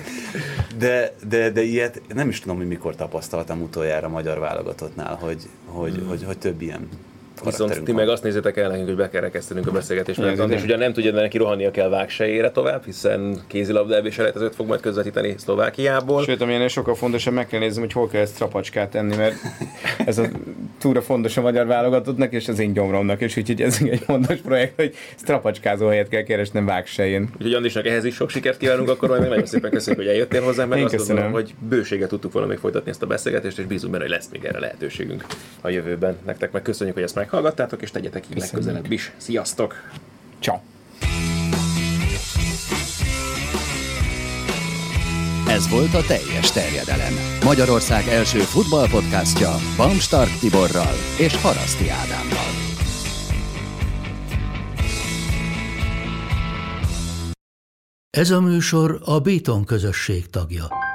De, de, de ilyet nem is tudom, hogy mikor tapasztaltam utoljára magyar válogatottnál, hogy, hogy, hmm. hogy, hogy több ilyen Viszont ti meg azt nézzétek el nekünk, hogy be kell rekesztenünk a beszélgetést, mert és ugyan nem tudja, de neki rohannia kell Vágsejére tovább, hiszen kézilabda é bé-selejtezőt fog majd közvetíteni Szlovákiából. Sőt, amilyen sokkal fontosabb, meg kell nézni, hogy hol kell ezt strapacskát enni, mert ez a túra fontos a magyar válogatottnak, és az én gyomromnak, és úgyhogy ez egy fontos projekt, hogy strapacskázó helyet kell keresnem Vágsején. Úgyhogy Andisnak ehhez is sok sikert kívánunk, akkor majd nagyon szépen köszönjük, hogy eljöttél hozzám, meg azt gondolom, hogy bőséget tudtuk volna még folytatni ezt a beszélgetést, és bízunk benne, hogy lesz még erre lehetőségünk a jövőben. Nektek meg köszönjük, hogy ezt meghallgattátok, és tegyetek így legközelebb is. Sziasztok! Ciao. Ez volt a Teljes Terjedelem. Magyarország első futballpodcastja Bamstark Tiborral és Haraszti Ádámmal. Ez a műsor a Béton közösség tagja.